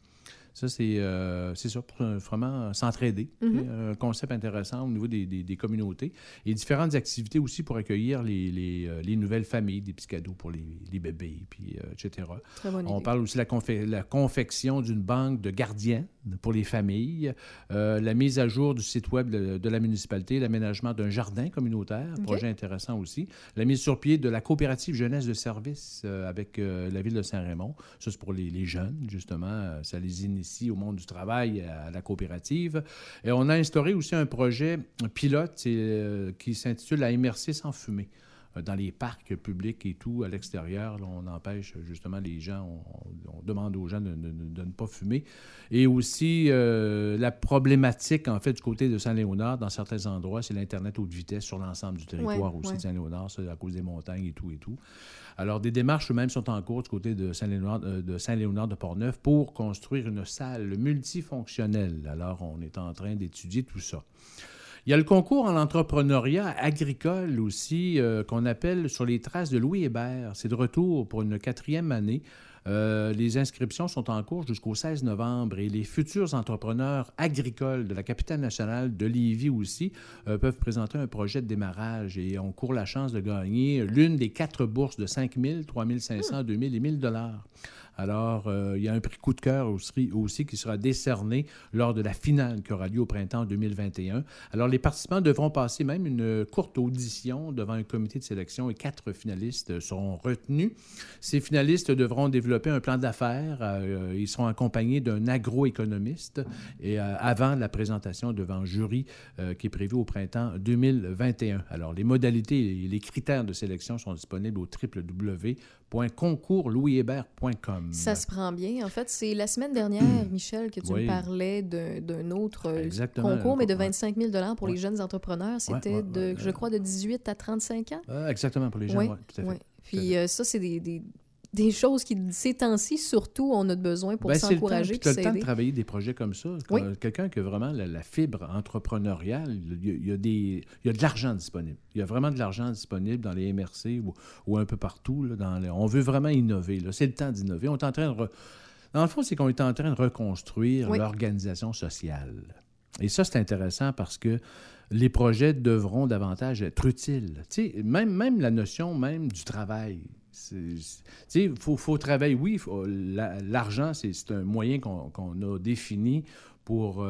Ça, c'est ça, pour vraiment s'entraider. Un concept intéressant au niveau des communautés. Et différentes activités aussi pour accueillir les nouvelles familles, des petits cadeaux pour les bébés, puis, etc. Très bonne On idée. parle aussi de la confection d'une banque de gardiens pour les familles, la mise à jour du site web de la municipalité, l'aménagement d'un jardin communautaire, projet intéressant aussi, la mise sur pied de la coopérative jeunesse de service avec la ville de Saint-Raymond. Ça, c'est pour les jeunes, justement. Ça les initie au monde du travail, à la coopérative. Et on a instauré aussi un projet pilote qui s'intitule la MRC sans fumée. dans les parcs publics et tout, à l'extérieur. Là, on empêche justement les gens, on demande aux gens de ne pas fumer. Et aussi, la problématique, en fait, du côté de Saint-Léonard, dans certains endroits, c'est l'Internet haute vitesse sur l'ensemble du territoire de Saint-Léonard, ça, à cause des montagnes et tout et tout. Alors, des démarches eux-mêmes sont en cours du côté de Saint-Léonard de Portneuf pour construire une salle multifonctionnelle. Alors, on est en train d'étudier tout ça. Il y a le concours en entrepreneuriat agricole aussi, qu'on appelle Sur les traces de Louis Hébert. C'est de retour pour une 4e année. Les inscriptions sont en cours jusqu'au 16 novembre et les futurs entrepreneurs agricoles de la capitale nationale de Lévis aussi peuvent présenter un projet de démarrage et on court la chance de gagner l'une des 4 bourses de 5 000, 3 500, 2 000 et 1 000 $. Alors, il y a un prix coup de cœur aussi qui sera décerné lors de la finale qui aura lieu au printemps 2021. Alors, les participants devront passer même une courte audition devant un comité de sélection et 4 finalistes seront retenus. Ces finalistes devront développer un plan d'affaires. Ils seront accompagnés d'un agroéconomiste et avant la présentation devant un jury qui est prévu au printemps 2021. Alors, les modalités et les critères de sélection sont disponibles au www.concours-louishébert.com. Ça se prend bien. En fait, c'est la semaine dernière, Michel, que tu me parlais d'un autre concours, mais de 25 000 $ pour les jeunes entrepreneurs. C'était, je crois, de 18 à 35 ans. Exactement, pour les jeunes, oui, tout à fait. Oui. Puis ça, c'est des choses qui, ces temps-ci, surtout, on a besoin pour s'encourager. Tu as le temps de travailler des projets comme ça. Quelqu'un qui a vraiment la fibre entrepreneuriale, il y a de l'argent disponible. Il y a vraiment de l'argent disponible dans les MRC ou un peu partout. Là, on veut vraiment innover. Là. C'est le temps d'innover. On est en train de Dans le fond, c'est qu'on est en train de reconstruire l'organisation sociale. Et ça, c'est intéressant parce que les projets devront davantage être utiles. Tu sais, même la notion même du travail. Il faut travailler. Oui, l'argent, c'est un moyen qu'on a défini pour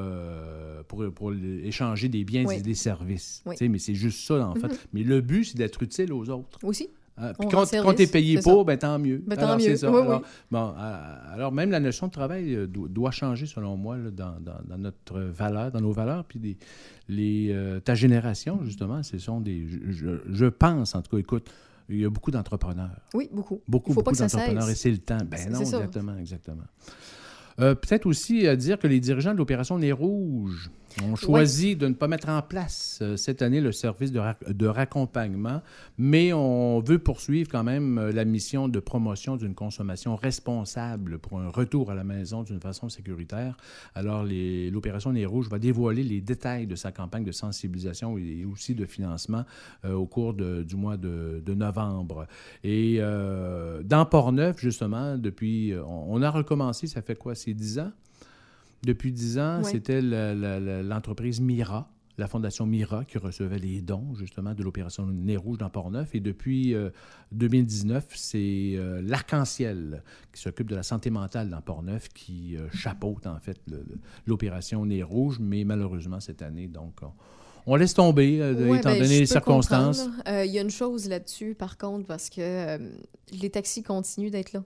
échanger des biens et des services. Oui. Mais c'est juste ça, en fait. Mais le but, c'est d'être utile aux autres. Aussi. Puis quand tu es payé pour, tant mieux. Tant mieux. C'est ça. Oui, alors, même la notion de travail doit changer, selon moi, là, dans notre valeur, dans nos valeurs. Puis ta génération, justement, ce sont des... Je pense, en tout cas, écoute, il y a beaucoup d'entrepreneurs. Oui, beaucoup. Beaucoup d'entrepreneurs. Et c'est le temps. Non, exactement. Peut-être aussi à dire que les dirigeants de l'opération Nez Rouge ont choisi de ne pas mettre en place cette année le service de raccompagnement, mais on veut poursuivre quand même la mission de promotion d'une consommation responsable pour un retour à la maison d'une façon sécuritaire. Alors, l'opération Nez Rouge va dévoiler les détails de sa campagne de sensibilisation et aussi de financement au cours du mois de novembre. Et dans Portneuf, justement, depuis... On a recommencé, ça fait quoi, c'est 10 ans? Depuis 10 ans, c'était l'entreprise Mira, la fondation Mira, qui recevait les dons, justement, de l'opération Nez Rouge dans Portneuf. Et depuis 2019, c'est l'Arc-en-Ciel qui s'occupe de la santé mentale dans Portneuf, qui chapeaute, en fait, l'opération Nez Rouge. Mais malheureusement, cette année, donc... On laisse tomber, étant donné les circonstances. Il y a une chose là-dessus, par contre, parce que les taxis continuent d'être là.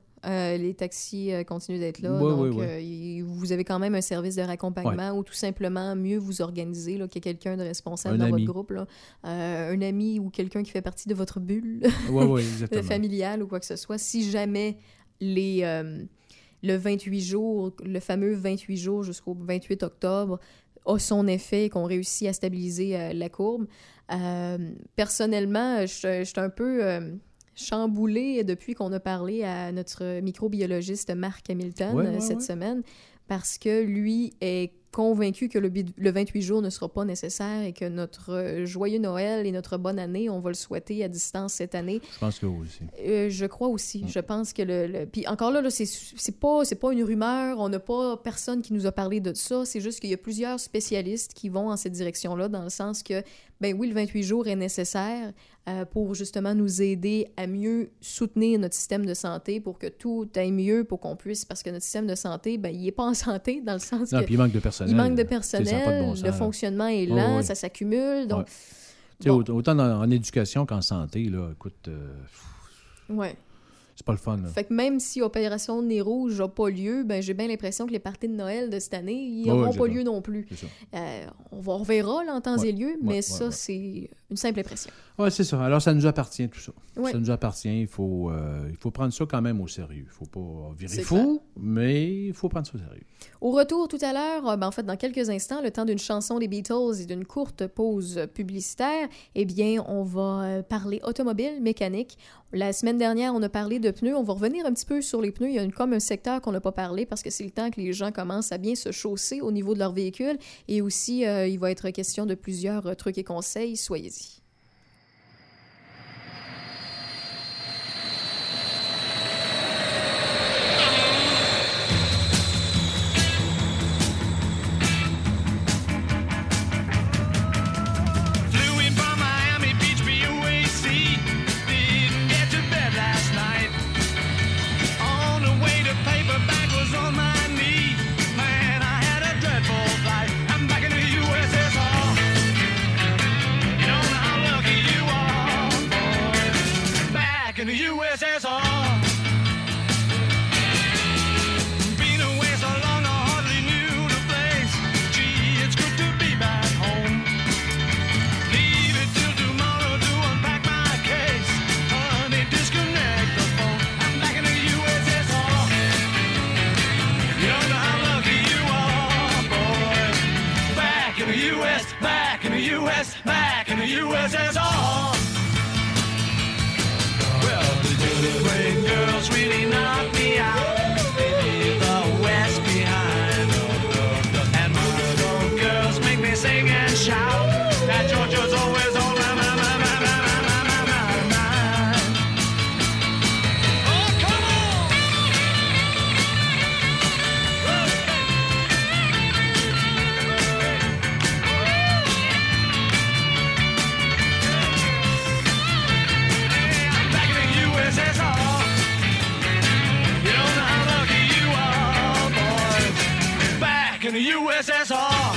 Vous avez quand même un service de raccompagnement ou tout simplement mieux vous organiser, là, qu'il y ait quelqu'un de responsable dans votre groupe. Là. Un ami ou quelqu'un qui fait partie de votre bulle familiale ou quoi que ce soit. Si jamais le 28 jours, le fameux 28 jours jusqu'au 28 octobre, a son effet et qu'on réussit à stabiliser la courbe. Personnellement, je suis un peu chamboulée depuis qu'on a parlé à notre microbiologiste Marc Hamilton cette semaine, parce que lui est convaincu que le 28 jours ne sera pas nécessaire et que notre joyeux Noël et notre bonne année, on va le souhaiter à distance cette année. Je pense que oui aussi. Je crois aussi. Je pense que puis encore là, c'est pas une rumeur. On n'a pas personne qui nous a parlé de ça. C'est juste qu'il y a plusieurs spécialistes qui vont en cette direction-là, dans le sens que, oui, le 28 jours est nécessaire pour justement nous aider à mieux soutenir notre système de santé pour que tout aille mieux, pour qu'on puisse... Parce que notre système de santé, il n'est pas en santé, dans le sens que... Puis il manque de personnel. Il manque de personnel, le fonctionnement est lent, ça s'accumule, donc... Autant en éducation qu'en santé, là, écoute... C'est pas le fun. Là. Fait que même si Opération Nez Rouge n'a pas lieu, ben j'ai bien l'impression que les parties de Noël de cette année, ils n'auront pas lieu non plus. On verra là, en temps et lieu, mais c'est une simple impression. Oui, c'est ça. Alors, ça nous appartient, tout ça. Ouais. Ça nous appartient. Il faut prendre ça quand même au sérieux. Il ne faut pas virer fou, mais il faut prendre ça au sérieux. Au retour tout à l'heure, en fait, dans quelques instants, le temps d'une chanson des Beatles et d'une courte pause publicitaire, eh bien, on va parler automobile, mécanique. La semaine dernière, on a parlé de pneus. On va revenir un petit peu sur les pneus. Il y a comme un secteur qu'on n'a pas parlé parce que c'est le temps que les gens commencent à bien se chausser au niveau de leur véhicule. Et aussi, il va être question de plusieurs trucs et conseils. Soyez-y. Back in the USSR. Well, the great girls really knocked me out. They leave the West behind. And Moscow girls make me sing and shout. That Georgia's always on my mind. Oh, come on! In the USSR.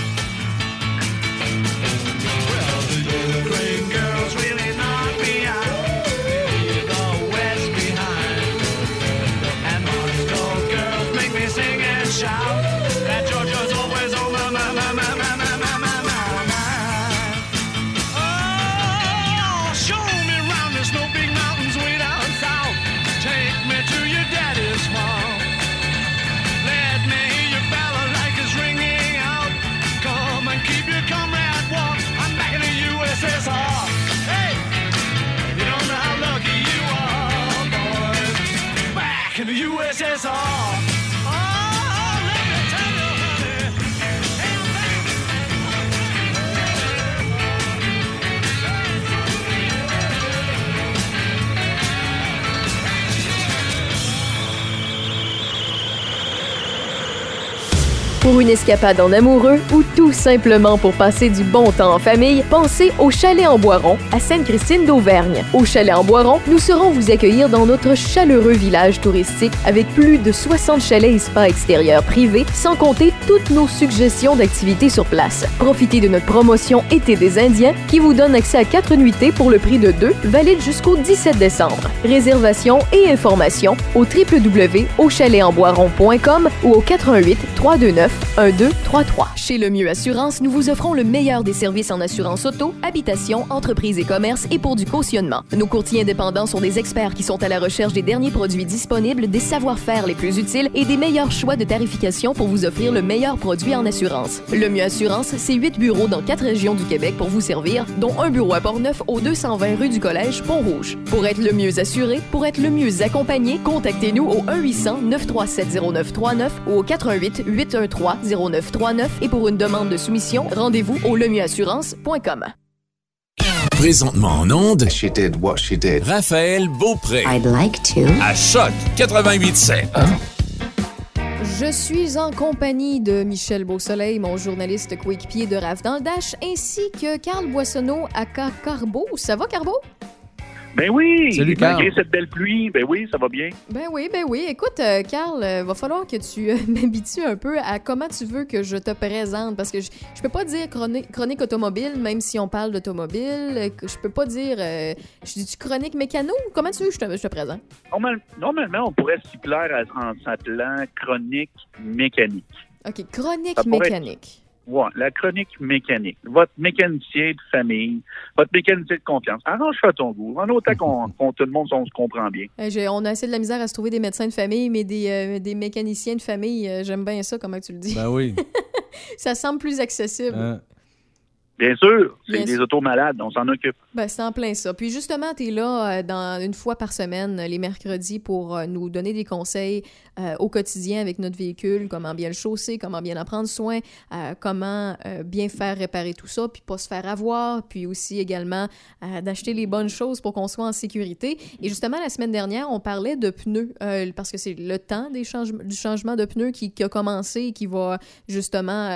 Well, the Ukraine girls really knocked me out. They leave the West behind. And Moscow girls make me sing and shout. That Georgia's always on my mind. Oh, show me round, there's no big mountains way down south. Take me to your daddy's farm. Let me hear your ballad like it's ringing out. Come and keep your comrade warm. I'm back in the USSR. Hey, you don't know how lucky you are, boys. Back in the USSR. Oh, let me tell you, honey. Hey, I'm back. Pour une escapade en amoureux ou tout simplement pour passer du bon temps en famille, pensez au Chalet en Boiron à Sainte-Christine d'Auvergne. Au Chalet en Boiron, nous saurons vous accueillir dans notre chaleureux village touristique avec plus de 60 chalets et spas extérieurs privés, sans compter toutes nos suggestions d'activités sur place. Profitez de notre promotion Été des Indiens qui vous donne accès à 4 nuitées pour le prix de 2, valide jusqu'au 17 décembre. Réservation et informations au www.auchaletenboiron.com ou au 88 329 1233. Chez Le Mieux Assurance, nous vous offrons le meilleur des services en assurance auto, habitation, entreprise et commerce et pour du cautionnement. Nos courtiers indépendants sont des experts qui sont à la recherche des derniers produits disponibles, des savoir-faire les plus utiles et des meilleurs choix de tarification pour vous offrir le meilleur produit en assurance. Le Mieux Assurance, c'est 8 bureaux dans 4 régions du Québec pour vous servir, dont un bureau à Portneuf au 220 rue du Collège, Pont-Rouge. Pour être le mieux assuré, pour être le mieux accompagné, contactez-nous au 1-800-937-0939 ou au 88-813-0939 et pour une demande de soumission, rendez-vous au lemieuxassurance.com. Présentement en onde, She did what she did. Raphaël Beaupré. I'd like to. À Choc 88.7. Je suis en compagnie de Michel Beausoleil, mon journaliste coéquipier de Raph dans le Dash, ainsi que Carl Boissonneau, aka Carbo. Ça va, Carbo? Ben oui! Salut, Carl. Malgré cette belle pluie, ben oui, ça va bien. Ben oui. Écoute, Carl, va falloir que tu m'habitues un peu à comment tu veux que je te présente, parce que je peux pas dire chronique automobile, même si on parle d'automobile. Je peux pas dire... je dis-tu chronique mécano? Comment tu veux que je te présente? Normalement, on pourrait s'y plaire en s'appelant chronique mécanique. OK, chronique mécanique. Ouais, la chronique mécanique. Votre mécanicien de famille, votre mécanicien de confiance. Arrange-toi à ton goût. En autant qu'on tout le monde, on se comprend bien. On a assez de la misère à se trouver des médecins de famille, mais des mécaniciens de famille, j'aime bien ça, comment tu le dis. Ben oui. Ça semble plus accessible. Bien sûr, c'est des autos malades, on s'en occupe. Ben, c'est en plein ça. Puis justement, tu es là une fois par semaine, les mercredis, pour nous donner des conseils au quotidien avec notre véhicule, comment bien le chausser, comment bien en prendre soin, comment bien faire réparer tout ça, puis pas se faire avoir, puis aussi également d'acheter les bonnes choses pour qu'on soit en sécurité. Et justement, la semaine dernière, on parlait de pneus, parce que c'est le temps du changement de pneus qui a commencé et qui va justement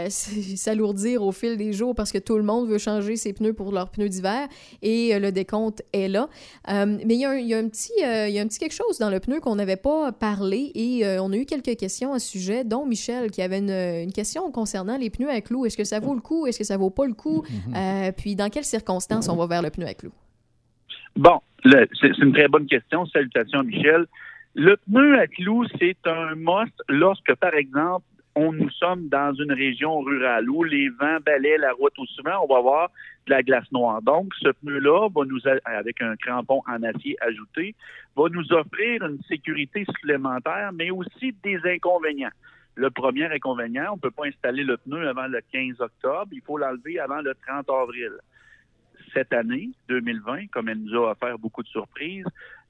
s'alourdir au fil des jours, parce que tout le monde veut changer ses pneus pour leurs pneus d'hiver et le décompte est là. Mais il y a un petit quelque chose dans le pneu qu'on n'avait pas parlé et on a eu quelques questions à ce sujet, dont Michel qui avait une question concernant les pneus à clous. Est-ce que ça vaut le coup? Est-ce que ça vaut pas le coup? Puis dans quelles circonstances on va vers le pneu à clous? Bon, c'est une très bonne question. Salutations, Michel. Le pneu à clous, c'est un must lorsque, par exemple, nous sommes dans une région rurale où les vents balaient la route, où souvent on va avoir de la glace noire. Donc, ce pneu-là, avec un crampon en acier ajouté, va nous offrir une sécurité supplémentaire, mais aussi des inconvénients. Le premier inconvénient, on ne peut pas installer le pneu avant le 15 octobre, il faut l'enlever avant le 30 avril. Cette année, 2020, comme elle nous a offert beaucoup de surprises,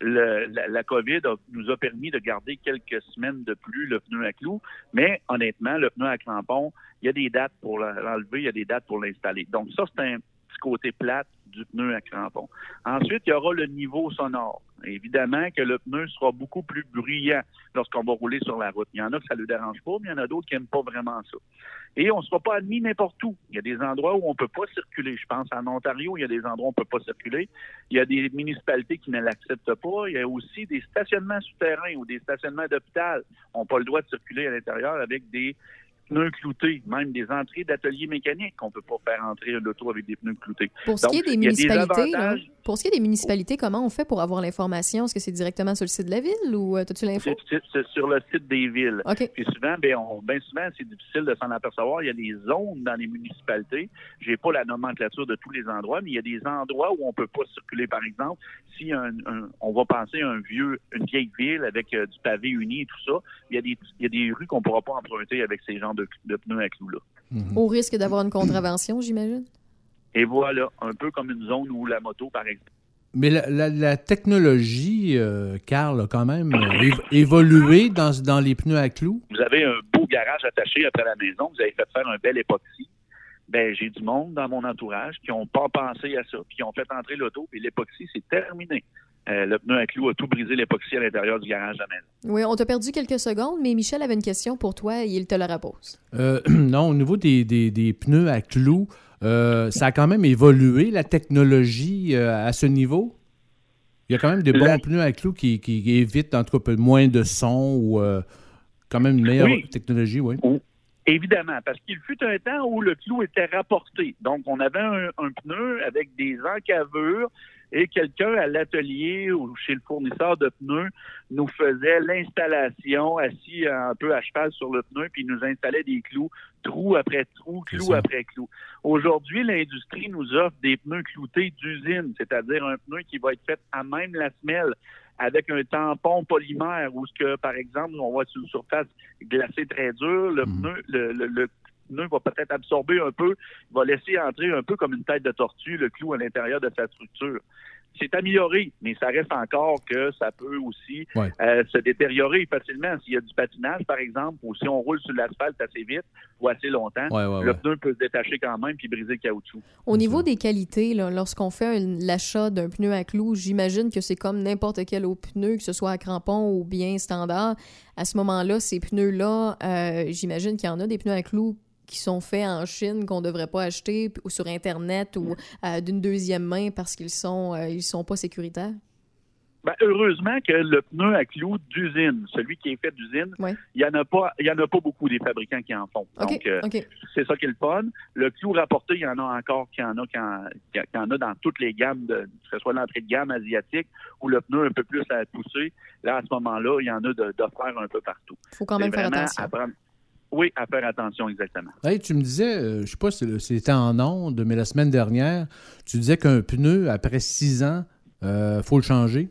la COVID nous a permis de garder quelques semaines de plus le pneu à clous, mais honnêtement, le pneu à crampon, il y a des dates pour l'enlever, il y a des dates pour l'installer. Donc ça, c'est un petit côté plate du pneu à crampon. Ensuite, il y aura le niveau sonore. Évidemment que le pneu sera beaucoup plus bruyant lorsqu'on va rouler sur la route. Il y en a que ça ne le dérange pas, mais il y en a d'autres qui n'aiment pas vraiment ça. Et on ne sera pas admis n'importe où. Il y a des endroits où on ne peut pas circuler. Je pense en Ontario, il y a des endroits où on ne peut pas circuler. Il y a des municipalités qui ne l'acceptent pas. Il y a aussi des stationnements souterrains ou des stationnements d'hôpital. On n'a pas le droit de circuler à l'intérieur avec des pneus cloutés, même des entrées d'ateliers mécaniques. On ne peut pas faire entrer l'auto avec des pneus cloutés. Pour ce qui est des municipalités, comment on fait pour avoir l'information? Est-ce que c'est directement sur le site de la ville ou as-tu l'info? C'est sur le site des villes. Okay. Puis souvent, souvent, c'est difficile de s'en apercevoir. Il y a des zones dans les municipalités. Je n'ai pas la nomenclature de tous les endroits, mais il y a des endroits où on ne peut pas circuler. Par exemple, si on va penser à une vieille ville avec du pavé uni et tout ça, il y a des rues qu'on ne pourra pas emprunter avec ces genres de pneus à clous-là. Au risque d'avoir une contravention, j'imagine? Et voilà, un peu comme une zone où la moto, par exemple. Mais la technologie, Carl, a quand même évolué dans les pneus à clous. Vous avez un beau garage attaché après la maison, vous avez fait faire un bel époxy. J'ai du monde dans mon entourage qui n'ont pas pensé à ça, puis qui ont fait entrer l'auto, puis l'époxy, c'est terminé. Le pneu à clous a tout brisé l'époxy à l'intérieur du garage de la maison. Oui, on t'a perdu quelques secondes, mais Michel avait une question pour toi et il te la repose. Non, au niveau des pneus à clous, ça a quand même évolué, la technologie à ce niveau? Il y a quand même des bons pneus à clous qui évitent, en tout cas, moins de son ou quand même une meilleure technologie, oui. Évidemment, parce qu'il fut un temps où le clou était rapporté. Donc, on avait un pneu avec des encavures et quelqu'un à l'atelier ou chez le fournisseur de pneus nous faisait l'installation assis un peu à cheval sur le pneu puis il nous installait des clous, trou après trou, clou après clou. Aujourd'hui, l'industrie nous offre des pneus cloutés d'usine, c'est-à-dire un pneu qui va être fait à même la semelle avec un tampon polymère où, par exemple, on voit sur une surface glacée très dure, le pneu va peut-être absorber un peu, va laisser entrer un peu comme une tête de tortue le clou à l'intérieur de sa structure. C'est amélioré, mais ça reste encore que ça peut aussi se détériorer facilement. S'il y a du patinage, par exemple, ou si on roule sur l'asphalte assez vite ou assez longtemps, le pneu peut se détacher quand même puis briser le caoutchouc. Au niveau des qualités, là, lorsqu'on fait l'achat d'un pneu à clous, j'imagine que c'est comme n'importe quel autre pneu, que ce soit à crampon ou bien standard. À ce moment-là, ces pneus-là, j'imagine qu'il y en a des pneus à clous qui sont faits en Chine qu'on ne devrait pas acheter ou sur Internet ou d'une deuxième main parce qu'ils sont pas sécuritaires? Ben, heureusement que le pneu à clous d'usine, celui qui est fait d'usine, il y en a pas beaucoup des fabricants qui en font. Donc, c'est ça qui est le fun. Le clou rapporté, il y en a encore qui en a dans toutes les gammes, que ce soit l'entrée de gamme asiatique ou le pneu un peu plus à pousser. Là, à ce moment-là, il y en a d'offerts un peu partout. Il faut quand même faire attention. Oui, à faire attention, exactement. Hey, tu me disais, je ne sais pas si c'était en ondes, mais la semaine dernière, tu disais qu'un pneu, après 6 ans, faut le changer.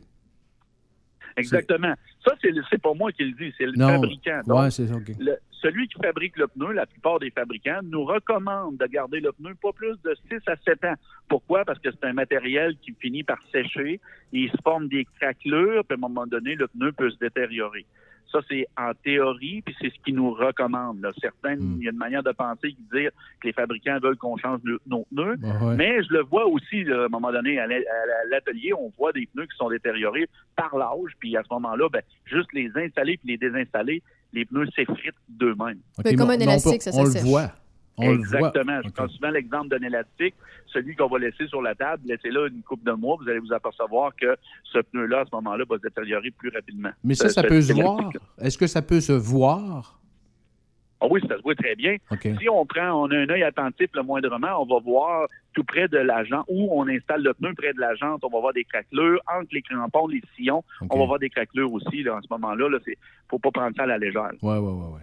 Exactement. Ça, c'est pas moi qui le dis, c'est le fabricant. Donc, c'est ça, OK. Celui qui fabrique le pneu, la plupart des fabricants, nous recommandent de garder le pneu pas plus de 6 à 7 ans. Pourquoi? Parce que c'est un matériel qui finit par sécher, il se forme des craquelures, puis à un moment donné, le pneu peut se détériorer. Ça, c'est en théorie, puis c'est ce qu'ils nous recommandent. Là. Il y a une manière de penser qui dit que les fabricants veulent qu'on change nos pneus. Mais je le vois aussi, là, à un moment donné, à l'atelier, on voit des pneus qui sont détériorés par l'âge, puis à ce moment-là, juste les installer puis les désinstaller, les pneus s'effritent d'eux-mêmes. Okay, comme un élastique, ça sèche. Le voit. Exactement. Je prends souvent l'exemple d'un élastique. Celui qu'on va laisser sur la table, laissez-là une couple de mois, vous allez vous apercevoir que ce pneu-là, à ce moment-là, va se détériorer plus rapidement. Mais ça peut se voir? Est-ce que ça peut se voir? Ah oui, ça se voit très bien. Okay. Si on a un œil attentif le moindrement, on va voir tout près de la jante, où on installe le pneu près de la jante, on va voir des craquelures. Entre les crampons, les sillons, on va voir des craquelures aussi. Là, en ce moment-là, il ne faut pas prendre ça à la légère. Oui.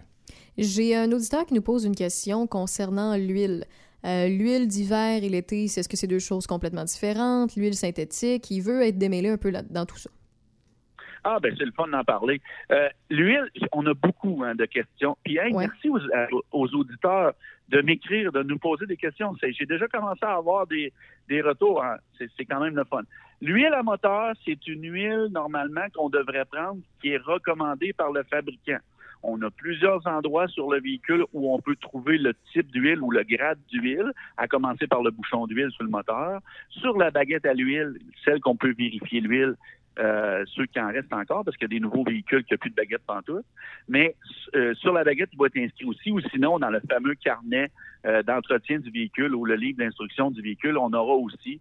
J'ai un auditeur qui nous pose une question concernant l'huile. L'huile d'hiver et l'été, est-ce que c'est deux choses complètement différentes? L'huile synthétique, il veut être démêlé un peu dans tout ça. Ah, ben c'est le fun d'en parler. L'huile, on a beaucoup de questions. Puis, merci aux auditeurs de m'écrire, de nous poser des questions. J'ai déjà commencé à avoir des retours. C'est quand même le fun. L'huile à moteur, c'est une huile, normalement, qu'on devrait prendre, qui est recommandée par le fabricant. On a plusieurs endroits sur le véhicule où on peut trouver le type d'huile ou le grade d'huile, à commencer par le bouchon d'huile sur le moteur. Sur la baguette à l'huile, celle qu'on peut vérifier l'huile, ceux qui en restent encore, parce qu'il y a des nouveaux véhicules qui n'ont plus de baguette pantoute. Mais sur la baguette, il doit être inscrit aussi, ou sinon, dans le fameux carnet d'entretien du véhicule ou le livre d'instruction du véhicule, on aura aussi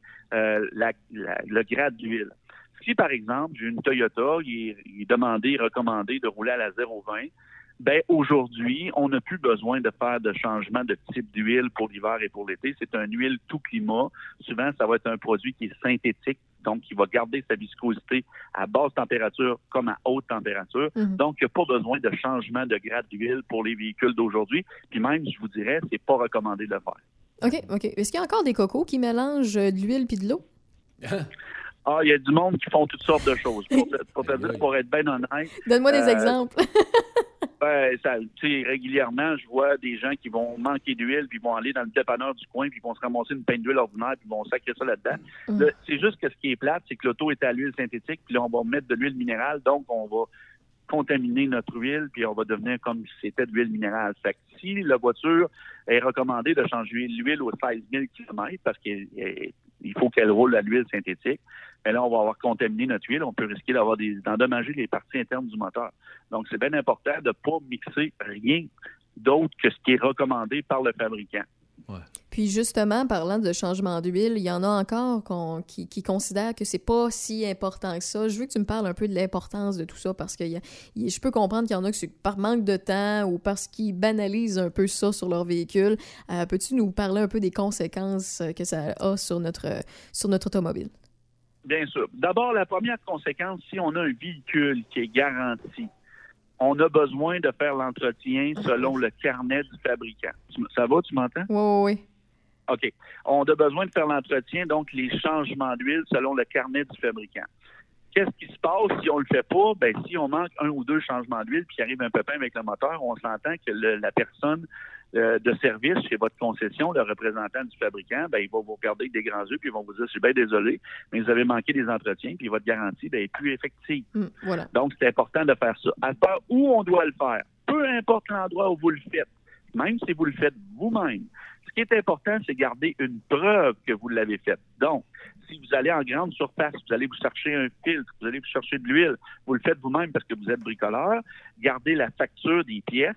le grade d'huile. Si, par exemple, j'ai une Toyota, il est demandé, recommandé de rouler à la 0,20, ben aujourd'hui, on n'a plus besoin de faire de changement de type d'huile pour l'hiver et pour l'été. C'est une huile tout climat. Souvent, ça va être un produit qui est synthétique, donc qui va garder sa viscosité à basse température comme à haute température. Donc, il n'y a pas besoin de changement de grade d'huile pour les véhicules d'aujourd'hui. Puis même, je vous dirais, c'est pas recommandé de le faire. OK. Est-ce qu'il y a encore des cocos qui mélangent de l'huile puis de l'eau? Ah, il y a du monde qui font toutes sortes de choses. Pour être bien honnête. Donne-moi des exemples. Régulièrement, je vois des gens qui vont manquer d'huile, puis vont aller dans le dépanneur du coin, puis vont se ramasser une pinte d'huile ordinaire, puis vont sacrer ça là-dedans. Là, c'est juste que ce qui est plate, c'est que l'auto est à l'huile synthétique, puis là, on va mettre de l'huile minérale, donc on va contaminer notre huile, puis on va devenir comme si c'était de l'huile minérale. Fait que si la voiture est recommandée de changer l'huile aux 16 000 km, parce qu'il faut qu'elle roule à l'huile synthétique, mais là, on va avoir contaminé notre huile, on peut risquer d'endommager les parties internes du moteur. Donc, c'est bien important de ne pas mixer rien d'autre que ce qui est recommandé par le fabricant. Ouais. Puis justement, parlant de changement d'huile, il y en a encore qui considèrent que c'est pas si important que ça. Je veux que tu me parles un peu de l'importance de tout ça parce que je peux comprendre qu'il y en a que c'est par manque de temps ou parce qu'ils banalisent un peu ça sur leur véhicule. Peux-tu nous parler un peu des conséquences que ça a sur notre automobile? Bien sûr. D'abord, la première conséquence, si on a un véhicule qui est garanti, on a besoin de faire l'entretien selon le carnet du fabricant. Ça va, tu m'entends? Oui. OK. On a besoin de faire l'entretien, donc les changements d'huile selon le carnet du fabricant. Qu'est-ce qui se passe si on le fait pas? Ben, si on manque 1 ou 2 changements d'huile puis qu'il arrive un pépin avec le moteur, on s'entend que la personne de service chez votre concession, le représentant du fabricant, ben, il va vous regarder avec des grands yeux puis ils vont vous dire, je suis bien désolé, mais vous avez manqué des entretiens puis votre garantie est plus effective. Voilà. Donc, c'est important de faire ça. À part où on doit le faire, peu importe l'endroit où vous le faites, même si vous le faites vous-même, ce qui est important, c'est garder une preuve que vous l'avez fait. Donc, si vous allez en grande surface, vous allez vous chercher un filtre, vous allez vous chercher de l'huile, vous le faites vous-même parce que vous êtes bricoleur, gardez la facture des pièces,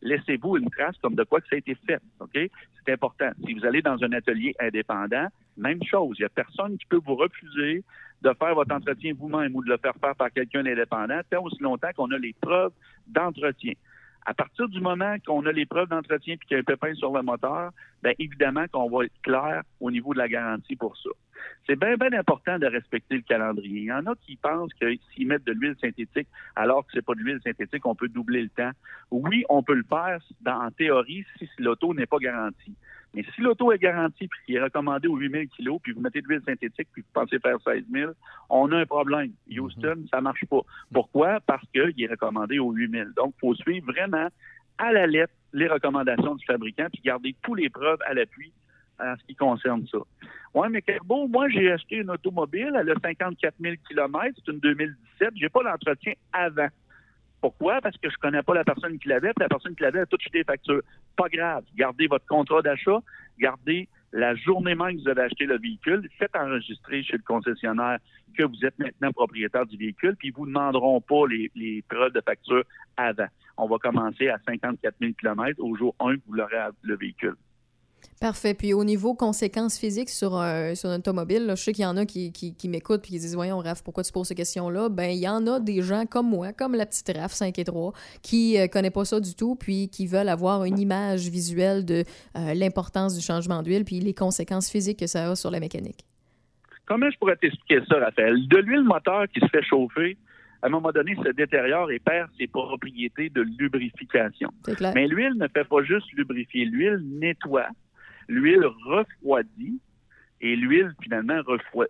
laissez-vous une trace comme de quoi que ça a été fait, OK? C'est important. Si vous allez dans un atelier indépendant, même chose. Il n'y a personne qui peut vous refuser de faire votre entretien vous-même ou de le faire par quelqu'un d'indépendant, tant aussi longtemps qu'on a les preuves d'entretien. À partir du moment qu'on a les preuves d'entretien et qu'il y a un pépin sur le moteur, bien évidemment qu'on va être clair au niveau de la garantie pour ça. C'est bien important de respecter le calendrier. Il y en a qui pensent que s'ils mettent de l'huile synthétique alors que c'est pas de l'huile synthétique, on peut doubler le temps. Oui, on peut le faire en théorie si l'auto n'est pas garantie. Mais si l'auto est garantie puis qu'il est recommandé aux 8 000 kilos, puis vous mettez de l'huile synthétique puis vous pensez faire 16 000, on a un problème. Houston, ça marche pas. Pourquoi? Parce qu'il est recommandé aux 8 000. Donc, il faut suivre vraiment à la lettre les recommandations du fabricant puis garder toutes les preuves à l'appui en ce qui concerne ça. Oui, mais Carbo, moi, j'ai acheté une automobile, elle a 54 000 km, c'est une 2017, j'ai pas l'entretien avant. Pourquoi? Parce que je connais pas la personne qui l'avait, puis la personne qui l'avait a tout jeté les factures. Pas grave. Gardez votre contrat d'achat, gardez la journée même que vous avez acheté le véhicule, faites enregistrer chez le concessionnaire que vous êtes maintenant propriétaire du véhicule, puis ils vous demanderont pas les preuves de facture avant. On va commencer à 54 000 km au jour 1 que vous l'aurez le véhicule. Parfait. Puis au niveau conséquences physiques sur une automobile, là, je sais qu'il y en a qui m'écoutent et qui disent « Voyons, Raph, pourquoi tu poses ces questions-là? » Ben, il y en a des gens comme moi, comme la petite Raph 5 et 3, qui connaissent pas ça du tout puis qui veulent avoir une image visuelle de l'importance du changement d'huile puis les conséquences physiques que ça a sur la mécanique. Comment je pourrais t'expliquer ça, Raphaël? De l'huile moteur qui se fait chauffer, à un moment donné, se détériore et perd ses propriétés de lubrification. C'est clair. Mais l'huile ne fait pas juste lubrifier. L'huile nettoie. L'huile refroidit et l'huile, finalement,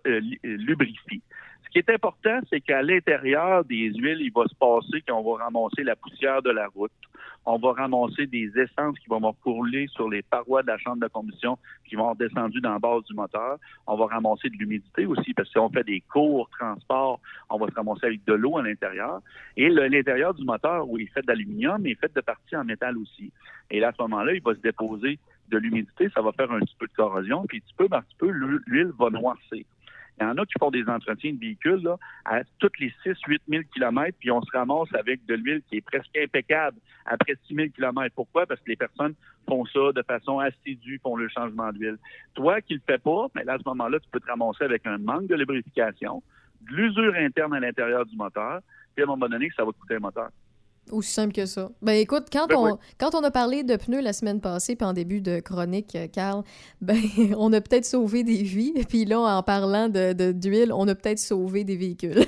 lubrifie. Ce qui est important, c'est qu'à l'intérieur des huiles, il va se passer qu'on va ramasser la poussière de la route. On va ramasser des essences qui vont couler sur les parois de la chambre de combustion qui vont être descendues dans la base du moteur. On va ramasser de l'humidité aussi parce que si on fait des courts transports, on va se ramasser avec de l'eau à l'intérieur. Et l'intérieur du moteur, où il est fait d'aluminium, est fait de parties en métal aussi. Et là, à ce moment-là, il va se déposer de l'humidité, ça va faire un petit peu de corrosion, puis petit peu par petit peu, l'huile va noircir. Il y en a qui font des entretiens de véhicules là, à toutes les 6-8 000 km, puis on se ramasse avec de l'huile qui est presque impeccable après 6 000 km. Pourquoi? Parce que les personnes font ça de façon assidue, font le changement d'huile. Toi qui le fais pas, mais là, à ce moment-là, tu peux te ramasser avec un manque de lubrification, de l'usure interne à l'intérieur du moteur, puis à un moment donné, ça va coûter un moteur. Aussi simple que ça. Ben écoute, quand on a parlé de pneus la semaine passée, puis en début de chronique, Carl, ben on a peut-être sauvé des vies. Puis là, en parlant d'huile, on a peut-être sauvé des véhicules.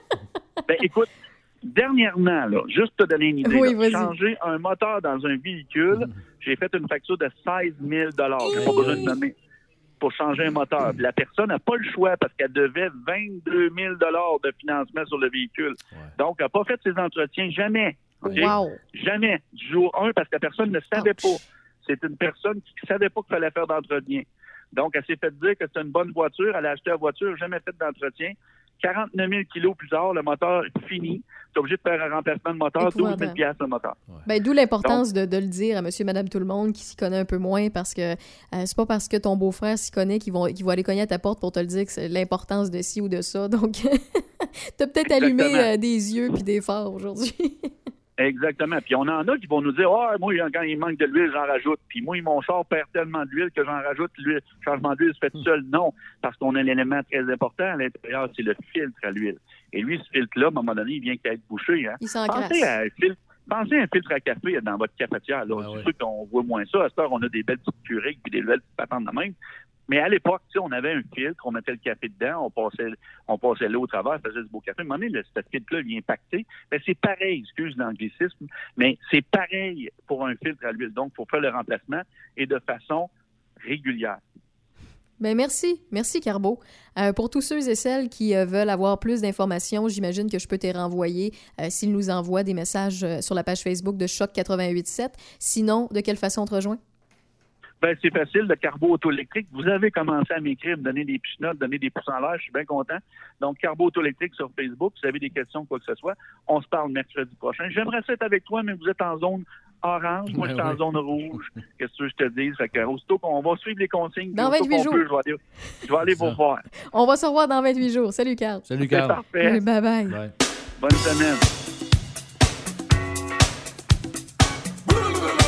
Ben écoute, dernièrement, là, juste te donner une idée, oui, là, changer un moteur dans un véhicule, j'ai fait une facture de 16 000 $. J'ai pas besoin de nommer pour changer un moteur. Puis la personne n'a pas le choix parce qu'elle devait 22 000 $ de financement sur le véhicule. Ouais. Donc, elle n'a pas fait ses entretiens jamais. Okay? Wow. Jamais. Du jour 1, parce que la personne ne savait pas. C'est une personne qui ne savait pas qu'il fallait faire d'entretien. Donc, elle s'est fait dire que c'est une bonne voiture. Elle a acheté la voiture, jamais fait d'entretien. 49 000 kilos plus tard, le moteur est fini. Tu es obligé de faire un remplacement de moteur, 12 000 $ le moteur. Ouais. Ben, d'où l'importance de le dire à monsieur, madame, tout le monde qui s'y connaît un peu moins parce que c'est pas parce que ton beau-frère s'y connaît qu'il va aller cogner à ta porte pour te le dire que c'est l'importance de ci ou de ça. Donc, t'as peut-être allumé des yeux puis des phares aujourd'hui. Exactement. Puis on en a qui vont nous dire « Ah, moi, quand il manque de l'huile, j'en rajoute. Puis moi, mon char perd tellement d'huile que j'en rajoute. Le changement d'huile se fait tout seul. » Non, parce qu'on a un élément très important à l'intérieur, c'est le filtre à l'huile. Et lui, ce filtre-là, à un moment donné, il vient qu'à être bouché. Hein. Il s'encrasse. Pensez à un filtre à café dans votre cafetière. Là. C'est sûr qu'on voit moins ça. À cette heure, on a des belles petites Keurig puis des belles petites patentes de même. Mais à l'époque, on avait un filtre, on mettait le café dedans, on passait l'eau au travers, ça faisait du beau café. À un moment donné, ce filtre-là vient impacter. Ben, c'est pareil, excuse l'anglicisme, mais c'est pareil pour un filtre à l'huile. Donc, il faut faire le remplacement et de façon régulière. Ben merci Carbo. Pour tous ceux et celles qui veulent avoir plus d'informations, j'imagine que je peux te renvoyer s'ils nous envoient des messages sur la page Facebook de Choc 88.7. Sinon, de quelle façon on te rejoint? Ben, c'est facile, de Carbo Auto-électrique. Vous avez commencé à m'écrire, me donner des petits notes, donner des pouces en l'air. Je suis bien content. Donc, Carbo Auto-électrique sur Facebook. Si vous avez des questions, quoi que ce soit, on se parle mercredi prochain. J'aimerais ça être avec toi, mais vous êtes en zone orange. Moi, je suis en zone rouge. Qu'est-ce que je te dis? Fait que, aussitôt qu'on va suivre les consignes, dans 28 jours. Je vais aller vous voir. On va se revoir dans 28 jours. Salut, Carl. Salut, Carl. C'est parfait. Bye-bye. Bonne semaine.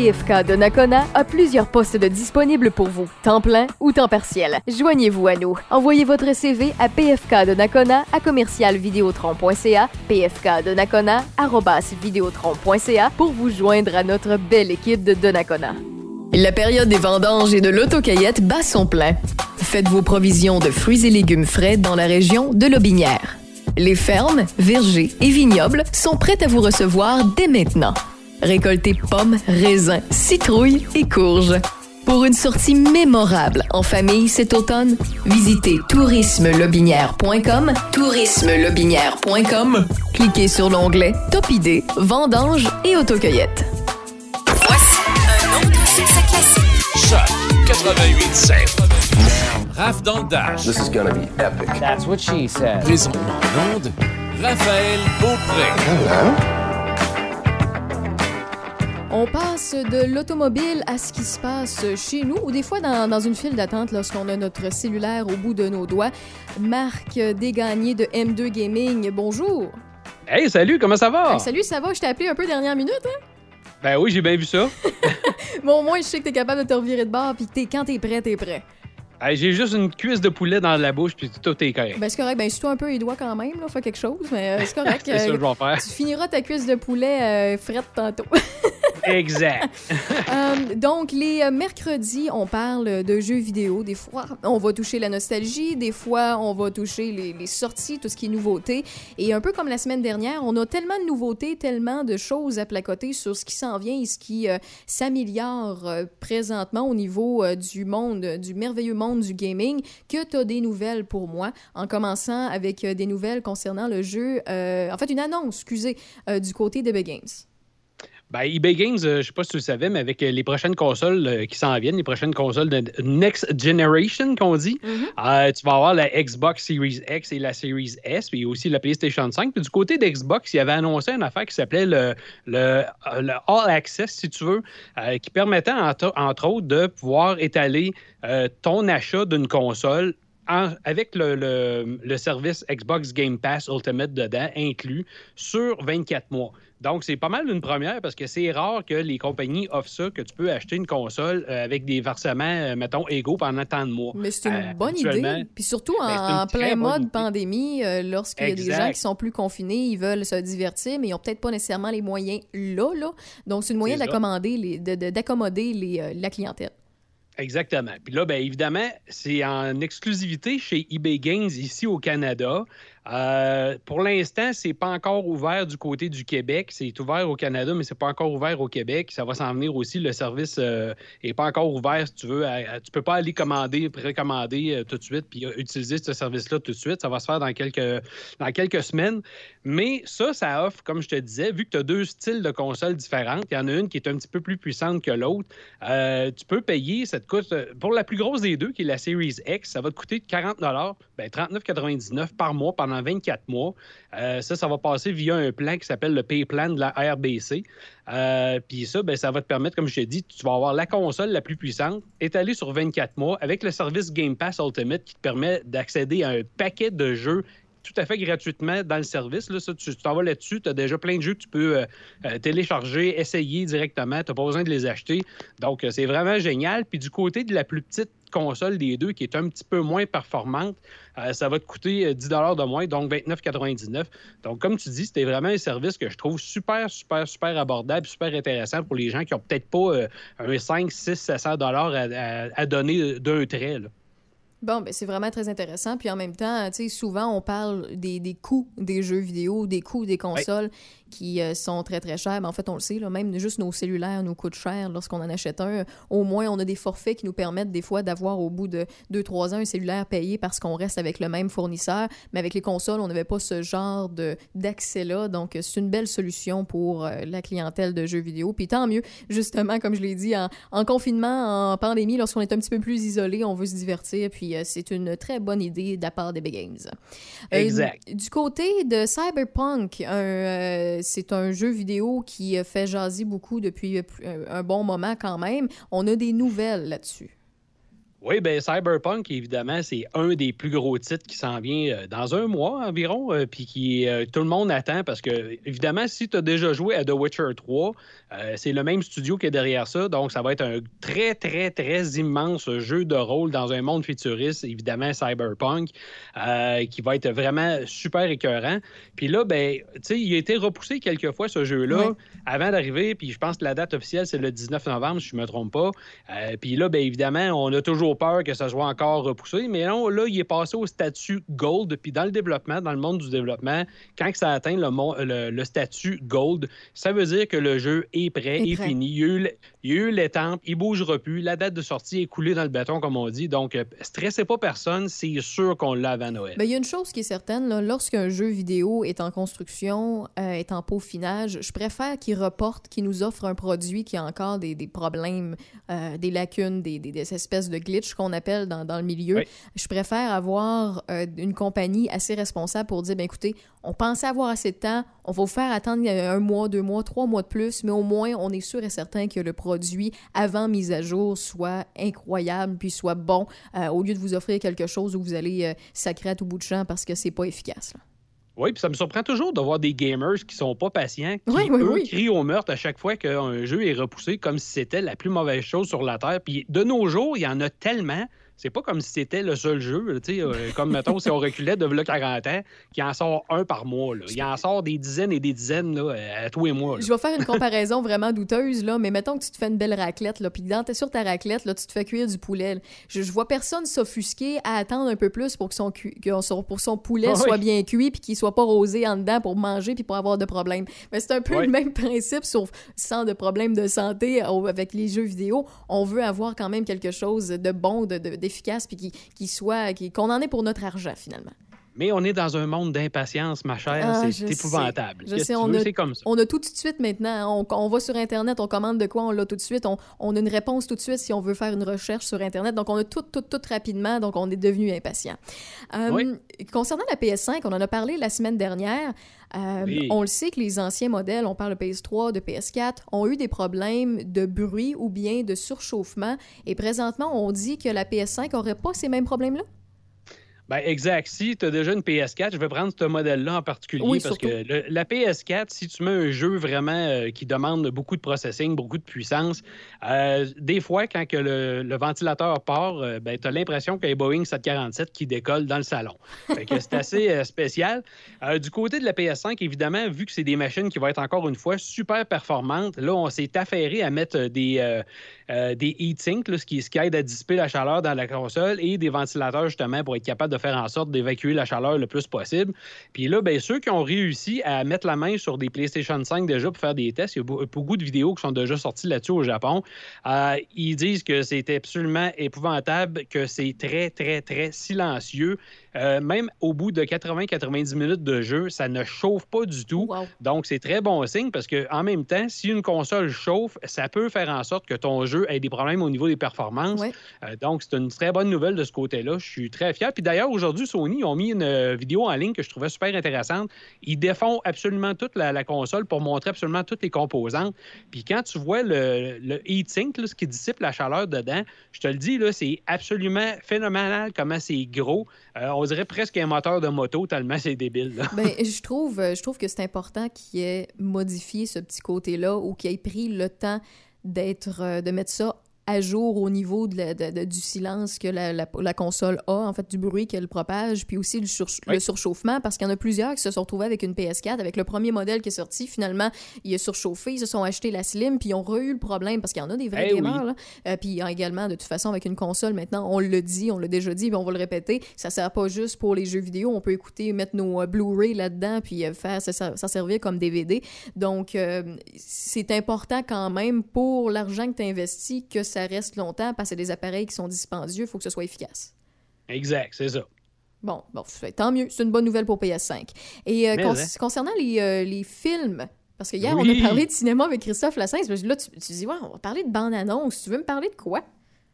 PFK Donnacona a plusieurs postes de disponibles pour vous, temps plein ou temps partiel. Joignez-vous à nous. Envoyez votre CV à pfkdonnacona@commercialvideotron.ca, pfkdonnacona@videotron.ca pour vous joindre à notre belle équipe de Donnacona. La période des vendanges et de l'autocueillette bat son plein. Faites vos provisions de fruits et légumes frais dans la région de Lotbinière. Les fermes, vergers et vignobles sont prêts à vous recevoir dès maintenant. Récoltez pommes, raisins, citrouilles et courges. Pour une sortie mémorable en famille cet automne, visitez tourismelotbinière.com, tourismelotbinière.com. Cliquez sur l'onglet Top idées, vendanges et autocueillette. Voici un autre succès classique. Choc 88.7. Raph dans le Dash. This is gonna be epic. That's what she said. Présentement en onde, Raphaël Beaupré. On passe de l'automobile à ce qui se passe chez nous ou des fois dans une file d'attente lorsqu'on a notre cellulaire au bout de nos doigts. Marc Desgagnés de M2 Gaming, bonjour. Hey, salut, comment ça va? Salut, ça va? Je t'ai appelé un peu dernière minute, hein? Ben oui, j'ai bien vu ça. Bon, au moins, je sais que t'es capable de te revirer de bord puis quand t'es prêt, t'es prêt. Hey, j'ai juste une cuisse de poulet dans la bouche puis tout est correct. Ben c'est correct, ben suis-toi un peu les doigts quand même, là, fais quelque chose, mais c'est correct. C'est ça que je vais faire. Tu finiras ta cuisse de poulet frette tantôt. Exact. Donc, les mercredis, on parle de jeux vidéo. Des fois, on va toucher la nostalgie. Des fois, on va toucher les sorties, tout ce qui est nouveauté. Et un peu comme la semaine dernière, on a tellement de nouveautés, tellement de choses à placoter sur ce qui s'en vient et ce qui s'améliore présentement au niveau du merveilleux monde du gaming, que tu as des nouvelles pour moi, en commençant avec des nouvelles concernant le jeu, en fait, une annonce, du côté d'eBay Games. Ben, eBay Games, je sais pas si tu le savais, mais avec les prochaines consoles qui s'en viennent, les prochaines consoles de Next Generation, qu'on dit, tu vas avoir la Xbox Series X et la Series S, puis aussi la PlayStation 5. Puis du côté d'Xbox, il avait annoncé une affaire qui s'appelait le All Access, si tu veux, qui permettait, entre autres, de pouvoir étaler ton achat d'une console avec le service Xbox Game Pass Ultimate dedans, inclus, sur 24 mois. Donc, c'est pas mal une première parce que c'est rare que les compagnies offrent ça, que tu peux acheter une console avec des versements, mettons, égaux pendant tant de mois. Mais c'est une bonne idée. Puis surtout en plein mode pandémie, lorsqu'il y a des gens qui sont plus confinés, ils veulent se divertir, mais ils n'ont peut-être pas nécessairement les moyens là. Donc, c'est une moyen d'accommoder la clientèle. Exactement. Puis là, bien évidemment, c'est en exclusivité chez eBay Games ici au Canada. Pour l'instant, c'est pas encore ouvert du côté du Québec. C'est ouvert au Canada, mais c'est pas encore ouvert au Québec. Ça va s'en venir aussi. Le service est pas encore ouvert, si tu veux. Tu peux pas aller précommander tout de suite puis utiliser ce service-là tout de suite. Ça va se faire dans quelques semaines. Mais ça offre, comme je te disais, vu que tu as deux styles de consoles différentes, il y en a une qui est un petit peu plus puissante que l'autre. Tu peux payer, ça te coûte, pour la plus grosse des deux, qui est la Series X, ça va te coûter 40 $, 39,99 par mois pendant 24 mois. Ça va passer via un plan qui s'appelle le Pay Plan de la RBC. Puis ça, ça va te permettre, comme je t'ai dit, tu vas avoir la console la plus puissante étalée sur 24 mois avec le service Game Pass Ultimate qui te permet d'accéder à un paquet de jeux tout à fait gratuitement dans le service. Là, ça, tu t'en vas là-dessus, tu as déjà plein de jeux que tu peux télécharger, essayer directement, tu n'as pas besoin de les acheter. Donc, c'est vraiment génial. Puis du côté de la plus petite console des deux, qui est un petit peu moins performante, ça va te coûter 10 $ de moins, donc 29,99 $. Donc, comme tu dis, c'était vraiment un service que je trouve super, super, super abordable, super intéressant pour les gens qui n'ont peut-être pas un 5, 6, 700 $ à donner d'un trait, là. Bon, c'est vraiment très intéressant. Puis en même temps, tu sais, souvent, on parle des coûts des jeux vidéo, des coûts des consoles qui sont très, très chers. Mais en fait, on le sait, là, même juste nos cellulaires nous coûtent cher lorsqu'on en achète un. Au moins, on a des forfaits qui nous permettent des fois d'avoir au bout de 2-3 ans un cellulaire payé parce qu'on reste avec le même fournisseur. Mais avec les consoles, on n'avait pas ce genre d'accès-là. Donc, c'est une belle solution pour la clientèle de jeux vidéo. Puis tant mieux, justement, comme je l'ai dit, en confinement, en pandémie, lorsqu'on est un petit peu plus isolé, on veut se divertir. Puis c'est une très bonne idée de la part d'eBay Games. Exact. Du côté de Cyberpunk, c'est un jeu vidéo qui fait jaser beaucoup depuis un bon moment quand même. On a des nouvelles là-dessus. Oui, bien, Cyberpunk, évidemment, c'est un des plus gros titres qui s'en vient dans un mois environ, puis qui tout le monde attend parce que, évidemment, si tu as déjà joué à The Witcher 3, c'est le même studio qui est derrière ça, donc ça va être un très, très, très immense jeu de rôle dans un monde futuriste, évidemment, Cyberpunk, qui va être vraiment super écœurant. Puis là, ben, tu sais, il a été repoussé quelques fois, ce jeu-là, avant d'arriver, puis je pense que la date officielle, c'est le 19 novembre, si je ne me trompe pas. Puis là, bien évidemment, on a toujours peur que ça soit encore repoussé, mais non, là, il est passé au statut Gold, puis dans le développement, dans le monde du développement, quand ça atteint le statut Gold, ça veut dire que le jeu est prêt, est fini. Il y a eu l'étampe, il ne bougera plus, la date de sortie est coulée dans le béton, comme on dit, donc stressez pas personne, c'est sûr qu'on l'a avant Noël. Bien, il y a une chose qui est certaine, là, lorsqu'un jeu vidéo est en construction, est en peaufinage, je préfère qu'il reporte, qu'il nous offre un produit qui a encore des problèmes, des lacunes, des espèces de glitches qu'on appelle dans le milieu. Oui. Je préfère avoir une compagnie assez responsable pour dire, bien écoutez, on pensait avoir assez de temps, on va vous faire attendre 1 mois, 2 mois, 3 mois de plus, mais au moins, on est sûr et certain que le produit, avant mise à jour, soit incroyable, puis soit bon, au lieu de vous offrir quelque chose où vous allez sacrer à tout bout de champ parce que c'est pas efficace, là. Oui, puis ça me surprend toujours de voir des gamers qui sont pas patients, qui, crient au meurtre à chaque fois qu'un jeu est repoussé comme si c'était la plus mauvaise chose sur la Terre. Puis de nos jours, il y en a tellement... C'est pas comme si c'était le seul jeu, tu sais, comme, mettons, si on reculait de là 40 ans, qui en sort un par mois. Là. Il en sort des dizaines et des dizaines là, à tous les mois. Là. Je vais faire une comparaison vraiment douteuse, là, mais mettons que tu te fais une belle raclette, là, puis sur ta raclette, là, tu te fais cuire du poulet. Je vois personne s'offusquer à attendre un peu plus pour que son poulet soit bien cuit puis qu'il soit pas rosé en dedans pour manger puis pour avoir de problèmes. Mais c'est un peu le même principe, sauf sans de problèmes de santé avec les jeux vidéo. On veut avoir quand même quelque chose de bon, d'efficace, puis qu'on en ait pour notre argent, finalement. Mais on est dans un monde d'impatience, ma chère. C'est épouvantable. C'est comme ça. On a tout de suite maintenant. On va sur Internet, on commande de quoi, on l'a tout de suite. On a une réponse tout de suite si on veut faire une recherche sur Internet. Donc, on a tout rapidement. Donc, on est devenu impatient. Concernant la PS5, on en a parlé la semaine dernière. On le sait que les anciens modèles, on parle de PS3, de PS4, ont eu des problèmes de bruit ou bien de surchauffement. Et présentement, on dit que la PS5 n'aurait pas ces mêmes problèmes-là? Ben exact. Si tu as déjà une PS4, je vais prendre ce modèle-là en particulier parce que la PS4, si tu mets un jeu vraiment qui demande beaucoup de processing, beaucoup de puissance, des fois, quand que le ventilateur part, tu as l'impression qu'il y a Boeing 747 qui décolle dans le salon. Fait que c'est assez spécial. Du côté de la PS5, évidemment, vu que c'est des machines qui vont être encore une fois super performantes, là, on s'est affairé à mettre des heatsinks, ce qui aide à dissiper la chaleur dans la console et des ventilateurs, justement, pour être capable de faire en sorte d'évacuer la chaleur le plus possible. Puis là, bien, ceux qui ont réussi à mettre la main sur des PlayStation 5 déjà pour faire des tests, il y a beaucoup de vidéos qui sont déjà sorties là-dessus au Japon. Ils disent que c'est absolument épouvantable, que c'est très, très, très silencieux. Même au bout de 80-90 minutes de jeu, ça ne chauffe pas du tout. Wow. Donc, c'est très bon signe parce qu'en même temps, si une console chauffe, ça peut faire en sorte que ton jeu ait des problèmes au niveau des performances. Ouais. Donc, c'est une très bonne nouvelle de ce côté-là. Je suis très fier. Puis d'ailleurs, aujourd'hui, Sony ont mis une vidéo en ligne que je trouvais super intéressante. Ils défont absolument toute la console pour montrer absolument toutes les composantes. Puis quand tu vois le heatsink, ce qui dissipe la chaleur dedans, je te le dis, là, c'est absolument phénoménal comment c'est gros. On dirait presque un moteur de moto, tellement c'est débile. Là. Bien, je trouve que c'est important qu'il ait modifié ce petit côté-là ou qu'il ait pris le temps de mettre ça à jour au niveau du silence que la console a, en fait, du bruit qu'elle propage, puis aussi le surchauffement, parce qu'il y en a plusieurs qui se sont retrouvés avec une PS4, avec le premier modèle qui est sorti, finalement, il a surchauffé, ils se sont achetés la Slim, puis ils ont eu le problème, parce qu'il y en a des vrais gamers, là. Puis également, de toute façon, avec une console, maintenant, on l'a déjà dit, puis on va le répéter, ça sert pas juste pour les jeux vidéo, on peut écouter, mettre nos Blu-ray là-dedans, puis s'en servir comme DVD. Donc, c'est important quand même, pour l'argent que tu investis, que ça reste longtemps parce que c'est des appareils qui sont dispendieux, il faut que ce soit efficace. Exact, c'est ça. Bon, tant mieux, c'est une bonne nouvelle pour PS5. Et concernant les films, parce que hier, on a parlé de cinéma avec Christophe Lassens, là, tu dis, on va parler de bande-annonce, tu veux me parler de quoi?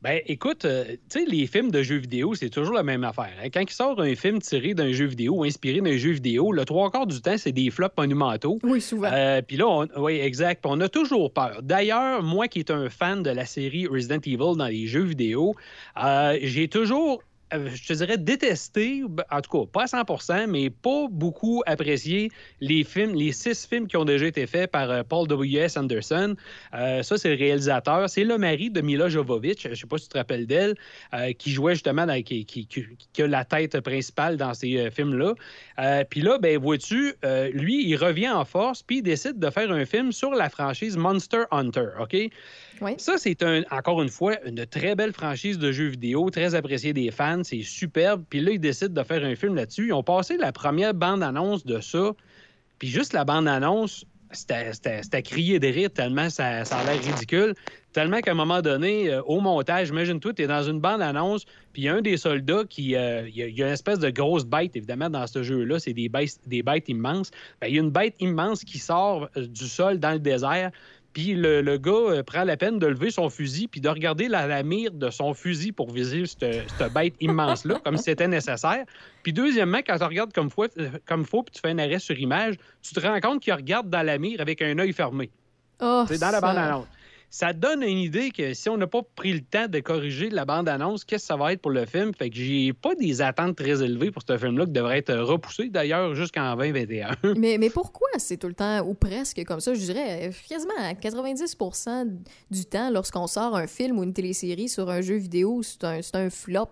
Ben, écoute, tu sais, les films de jeux vidéo, c'est toujours la même affaire. Hein? Quand il sort un film tiré d'un jeu vidéo ou inspiré d'un jeu vidéo, le 3/4 du temps, c'est des flops monumentaux. Oui, souvent. Puis là, oui, exact. Puis on a toujours peur. D'ailleurs, moi qui est un fan de la série Resident Evil dans les jeux vidéo, j'ai toujours je te dirais détesté, en tout cas pas à 100%, mais pas beaucoup apprécié les 6 films qui ont déjà été faits par Paul W.S. Anderson. Ça, c'est le réalisateur. C'est le mari de Mila Jovovich, je ne sais pas si tu te rappelles d'elle, qui jouait justement, qui a la tête principale dans ces films-là. Puis là, ben vois-tu, lui, il revient en force, puis il décide de faire un film sur la franchise Monster Hunter, OK? Oui. Ça, c'est encore une fois une très belle franchise de jeux vidéo, très appréciée des fans, c'est superbe. Puis là, ils décident de faire un film là-dessus. Ils ont passé la première bande-annonce de ça, puis juste la bande-annonce, c'était crier de rire tellement ça a l'air ridicule. Tellement qu'à un moment donné, au montage, imagine-toi, tu es dans une bande-annonce, puis il y a un des soldats il y a une espèce de grosse bête, évidemment, dans ce jeu-là. C'est des bêtes immenses. Bien, il y a une bête immense qui sort du sol dans le désert. Puis le gars prend la peine de lever son fusil puis de regarder la mire de son fusil pour viser cette bête immense-là, comme si c'était nécessaire. Puis deuxièmement, quand tu regardes comme faut puis tu fais un arrêt sur image, tu te rends compte qu'il regarde dans la mire avec un œil fermé. Oh, c'est dans la bande-annonce. Ça donne une idée que si on n'a pas pris le temps de corriger la bande-annonce, qu'est-ce que ça va être pour le film? Fait que j'ai pas des attentes très élevées pour ce film-là qui devrait être repoussé, d'ailleurs, jusqu'en 2021. Mais pourquoi c'est tout le temps, ou presque comme ça, je dirais quasiment à 90% du temps, lorsqu'on sort un film ou une télésérie sur un jeu vidéo, c'est un flop,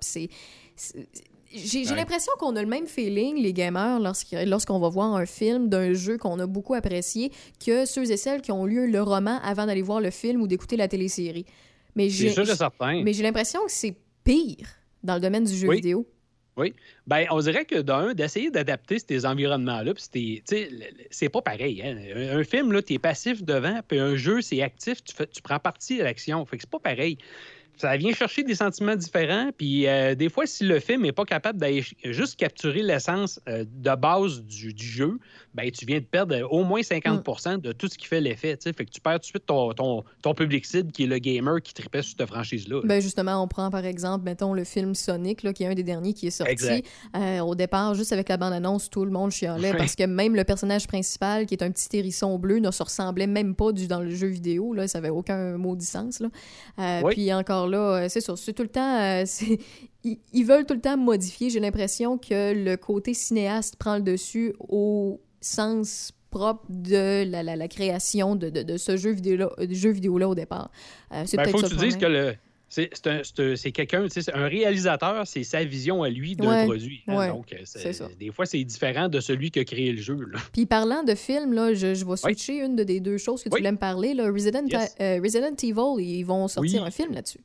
J'ai l'impression qu'on a le même feeling, les gamers, lorsqu'on va voir un film d'un jeu qu'on a beaucoup apprécié, que ceux et celles qui ont lu le roman avant d'aller voir le film ou d'écouter la télésérie. C'est sûr et certain. Mais j'ai l'impression que c'est pire dans le domaine du jeu vidéo. Oui. Bien, on dirait que d'essayer d'adapter ces environnements-là, puis c'est pas pareil. Hein? Un film, là, t'es passif devant, puis un jeu, c'est actif, tu prends partie à l'action. Fait que c'est pas pareil. Ça vient chercher des sentiments différents, puis des fois, si le film n'est pas capable d'aller juste capturer l'essence de base du jeu, ben tu viens de perdre au moins 50% de tout ce qui fait l'effet. T'sais. Fait que tu perds tout de suite ton public cible, qui est le gamer qui tripait sur cette franchise-là. Ben justement, on prend par exemple, mettons, le film Sonic, là, qui est un des derniers qui est sorti. Au départ, juste avec la bande-annonce, tout le monde chialait, parce que même le personnage principal, qui est un petit hérisson bleu, ne se ressemblait même pas dans le jeu vidéo. Là. Ça n'avait aucun maudit sens. Puis encore là, c'est sûr, c'est tout le temps... Ils veulent tout le temps modifier. J'ai l'impression que le côté cinéaste prend le dessus au sens propre de la création de ce jeu vidéo-là au départ. C'est peut-être faut ça que tu dises que c'est quelqu'un, un réalisateur, c'est sa vision à lui d'un produit. Hein, donc, des fois, c'est différent de celui qui a créé le jeu. Là. Puis parlant de film, là, je vais switcher une des deux choses que tu voulais me parler. Là. Resident Evil, ils vont sortir un film là-dessus.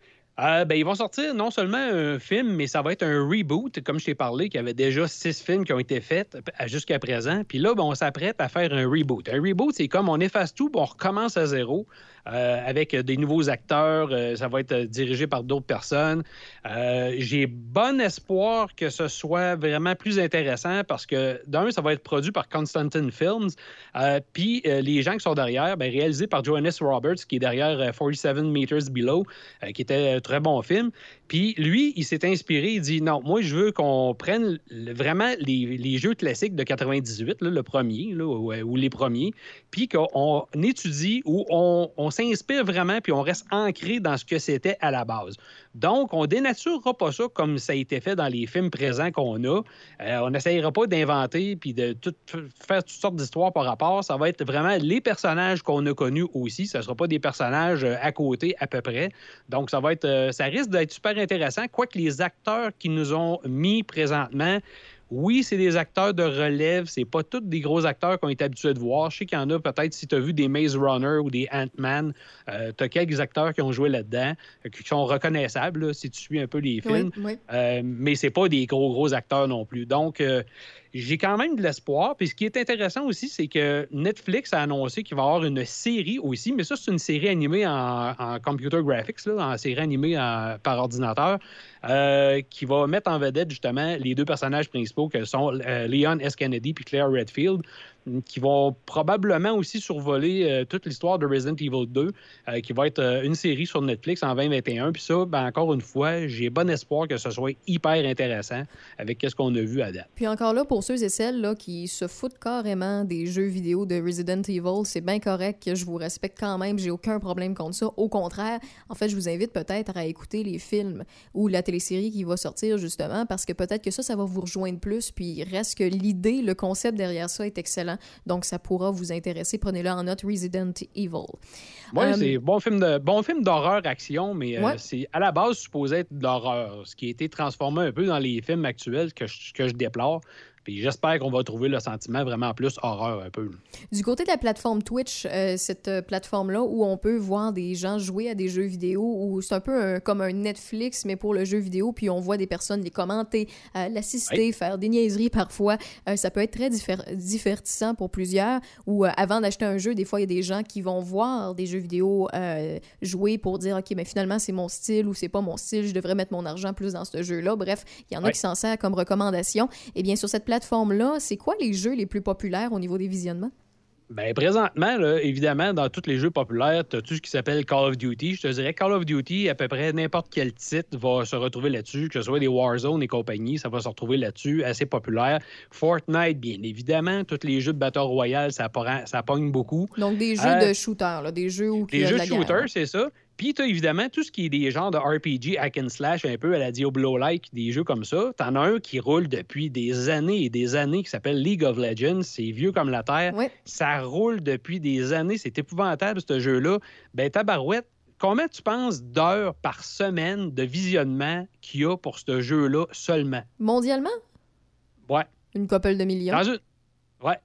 Ils vont sortir non seulement un film, mais ça va être un reboot, comme je t'ai parlé, qu'il y avait déjà 6 films qui ont été faits jusqu'à présent. Puis là, on s'apprête à faire un reboot. Un reboot, c'est comme on efface tout, on recommence à zéro. Avec des nouveaux acteurs, ça va être dirigé par d'autres personnes. J'ai bon espoir que ce soit vraiment plus intéressant parce que, d'un, ça va être produit par Constantin Films, puis les gens qui sont derrière, réalisé par Johannes Roberts, qui est derrière 47 Meters Below, qui était un très bon film. Puis lui, il s'est inspiré, il dit, non, moi, je veux qu'on prenne vraiment les jeux classiques de 98, là, le premier, là, ou les premiers, puis qu'on étudie ou on s'inspire vraiment, puis on reste ancré dans ce que c'était à la base. Donc, on dénaturera pas ça comme ça a été fait dans les films présents qu'on a. On n'essayera pas d'inventer puis de faire toutes sortes d'histoires par rapport. Ça va être vraiment les personnages qu'on a connus aussi. Ça ne sera pas des personnages à côté à peu près. Donc, ça risque d'être super intéressant. Quoique les acteurs qui nous ont mis présentement, oui, c'est des acteurs de relève. C'est pas tous des gros acteurs qu'on est habitués de voir. Je sais qu'il y en a peut-être, si tu as vu des Maze Runner ou des Ant-Man, tu as quelques acteurs qui ont joué là-dedans, qui sont reconnaissables, là, si tu suis un peu les films. Oui. Mais c'est pas des gros acteurs non plus. Donc, j'ai quand même de l'espoir. Puis ce qui est intéressant aussi, c'est que Netflix a annoncé qu'il va y avoir une série aussi, mais ça, c'est une série animée en computer graphics, là, en série animée par ordinateur, qui va mettre en vedette justement les deux personnages principaux que sont Leon S. Kennedy puis Claire Redfield. qui vont probablement aussi survoler toute l'histoire de Resident Evil 2, qui va être une série sur Netflix en 2021. Puis ça, encore une fois, j'ai bon espoir que ce soit hyper intéressant avec ce qu'on a vu à date. Puis encore là, pour ceux et celles là, qui se foutent carrément des jeux vidéo de Resident Evil, c'est bien correct, que je vous respecte quand même, j'ai aucun problème contre ça. Au contraire, en fait, je vous invite peut-être à écouter les films ou la télésérie qui va sortir justement, parce que peut-être que ça va vous rejoindre plus, puis il reste que l'idée, le concept derrière ça est excellent, donc ça pourra vous intéresser. Prenez-le en note, Resident Evil. Oui, c'est bon film d'horreur-action, mais c'est à la base supposé être de l'horreur, ce qui a été transformé un peu dans les films actuels que je déplore. Puis j'espère qu'on va trouver le sentiment vraiment plus horreur un peu. Du côté de la plateforme Twitch, cette plateforme-là où on peut voir des gens jouer à des jeux vidéo, où c'est un peu comme un Netflix, mais pour le jeu vidéo, puis on voit des personnes les commenter, l'assister, faire des niaiseries parfois. Ça peut être très divertissant pour plusieurs, ou avant d'acheter un jeu, des fois, il y a des gens qui vont voir des jeux vidéo jouer pour dire « OK, mais finalement, c'est mon style ou c'est pas mon style, je devrais mettre mon argent plus dans ce jeu-là. » Bref, il y en a qui s'en servent comme recommandation. Eh bien, sur cette plateforme-là, c'est quoi les jeux les plus populaires au niveau des visionnements? Bien, présentement, là, évidemment, dans tous les jeux populaires, tu as tout ce qui s'appelle Call of Duty. Je te dirais Call of Duty, à peu près n'importe quel titre va se retrouver là-dessus, que ce soit des Warzone et compagnie, ça va se retrouver là-dessus, assez populaire. Fortnite, bien évidemment, tous les jeux de Battle Royale, ça pogne beaucoup. Donc, des jeux de shooter, là, des jeux où il y a de la guerre. Des jeux de shooter, c'est ça. Puis, tu as évidemment tout ce qui est des genres de RPG, hack and slash, un peu à la Diablo-like, des jeux comme ça. Tu en as un qui roule depuis des années et des années qui s'appelle League of Legends. C'est vieux comme la terre. Oui. Ça roule depuis des années. C'est épouvantable, ce jeu-là. Ben, tabarouette, combien tu penses d'heures par semaine de visionnement qu'il y a pour ce jeu-là seulement? Mondialement? Ouais. Une couple de millions? Ouais.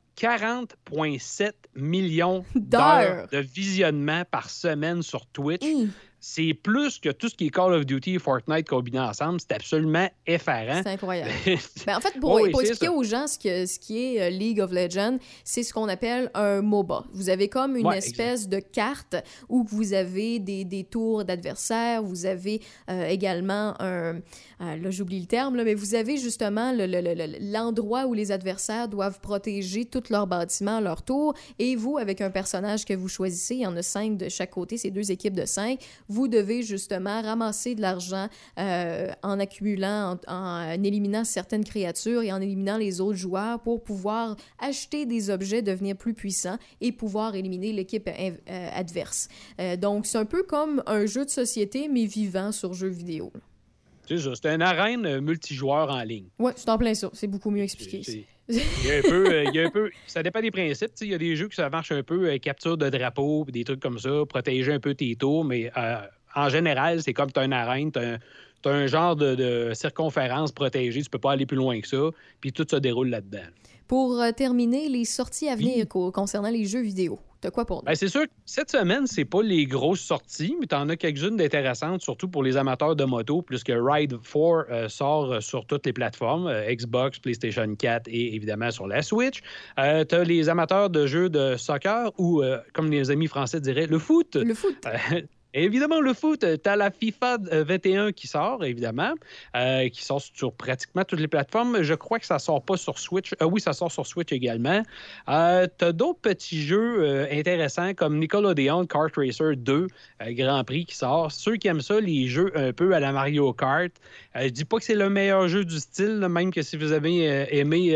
40,7 millions d'heures de visionnement par semaine sur Twitch. C'est plus que tout ce qui est Call of Duty et Fortnite combinés ensemble. C'est absolument effarant. C'est incroyable. En fait, pour expliquer aux gens ce qui est League of Legends, c'est ce qu'on appelle un MOBA. Vous avez comme une espèce de carte où vous avez des tours d'adversaires. Vous avez également là, j'oublie le terme, là, mais vous avez justement l'endroit où les adversaires doivent protéger tous leurs bâtiments, leurs tours. Et vous, avec un personnage que vous choisissez, il y en a 5 de chaque côté, c'est 2 équipes de 5, vous devez justement ramasser de l'argent en accumulant, en éliminant certaines créatures et en éliminant les autres joueurs pour pouvoir acheter des objets, devenir plus puissant et pouvoir éliminer l'équipe adverse. Donc, c'est un peu comme un jeu de société, mais vivant sur jeux vidéo. C'est ça, c'est une arène multijoueur en ligne. Oui, c'est en plein ça. C'est beaucoup mieux expliqué. Il y a un peu, ça dépend des principes. Il y a des jeux que ça marche un peu, capture de drapeau, des trucs comme ça, protéger un peu tes tours, mais en général, c'est comme tu as une arène, tu as un genre de circonférence protégée, tu peux pas aller plus loin que ça, puis tout se déroule là-dedans. Pour terminer, les sorties à venir concernant les jeux vidéo. T'as quoi pour nous? Bien, c'est sûr que cette semaine, c'est pas les grosses sorties, mais t'en as quelques-unes d'intéressantes, surtout pour les amateurs de moto, puisque Ride 4 sort sur toutes les plateformes, Xbox, PlayStation 4 et évidemment sur la Switch. T'as les amateurs de jeux de soccer ou, comme les amis français diraient, le foot. Le foot. Évidemment, le foot, t'as la FIFA 21 qui sort, évidemment, qui sort sur pratiquement toutes les plateformes. Je crois que ça sort pas sur Switch. Oui, ça sort sur Switch également. T'as d'autres petits jeux intéressants comme Nickelodeon Kart Racer 2 Grand Prix qui sort. Ceux qui aiment ça, les jeux un peu à la Mario Kart. Je dis pas que c'est le meilleur jeu du style, là, même que si vous avez aimé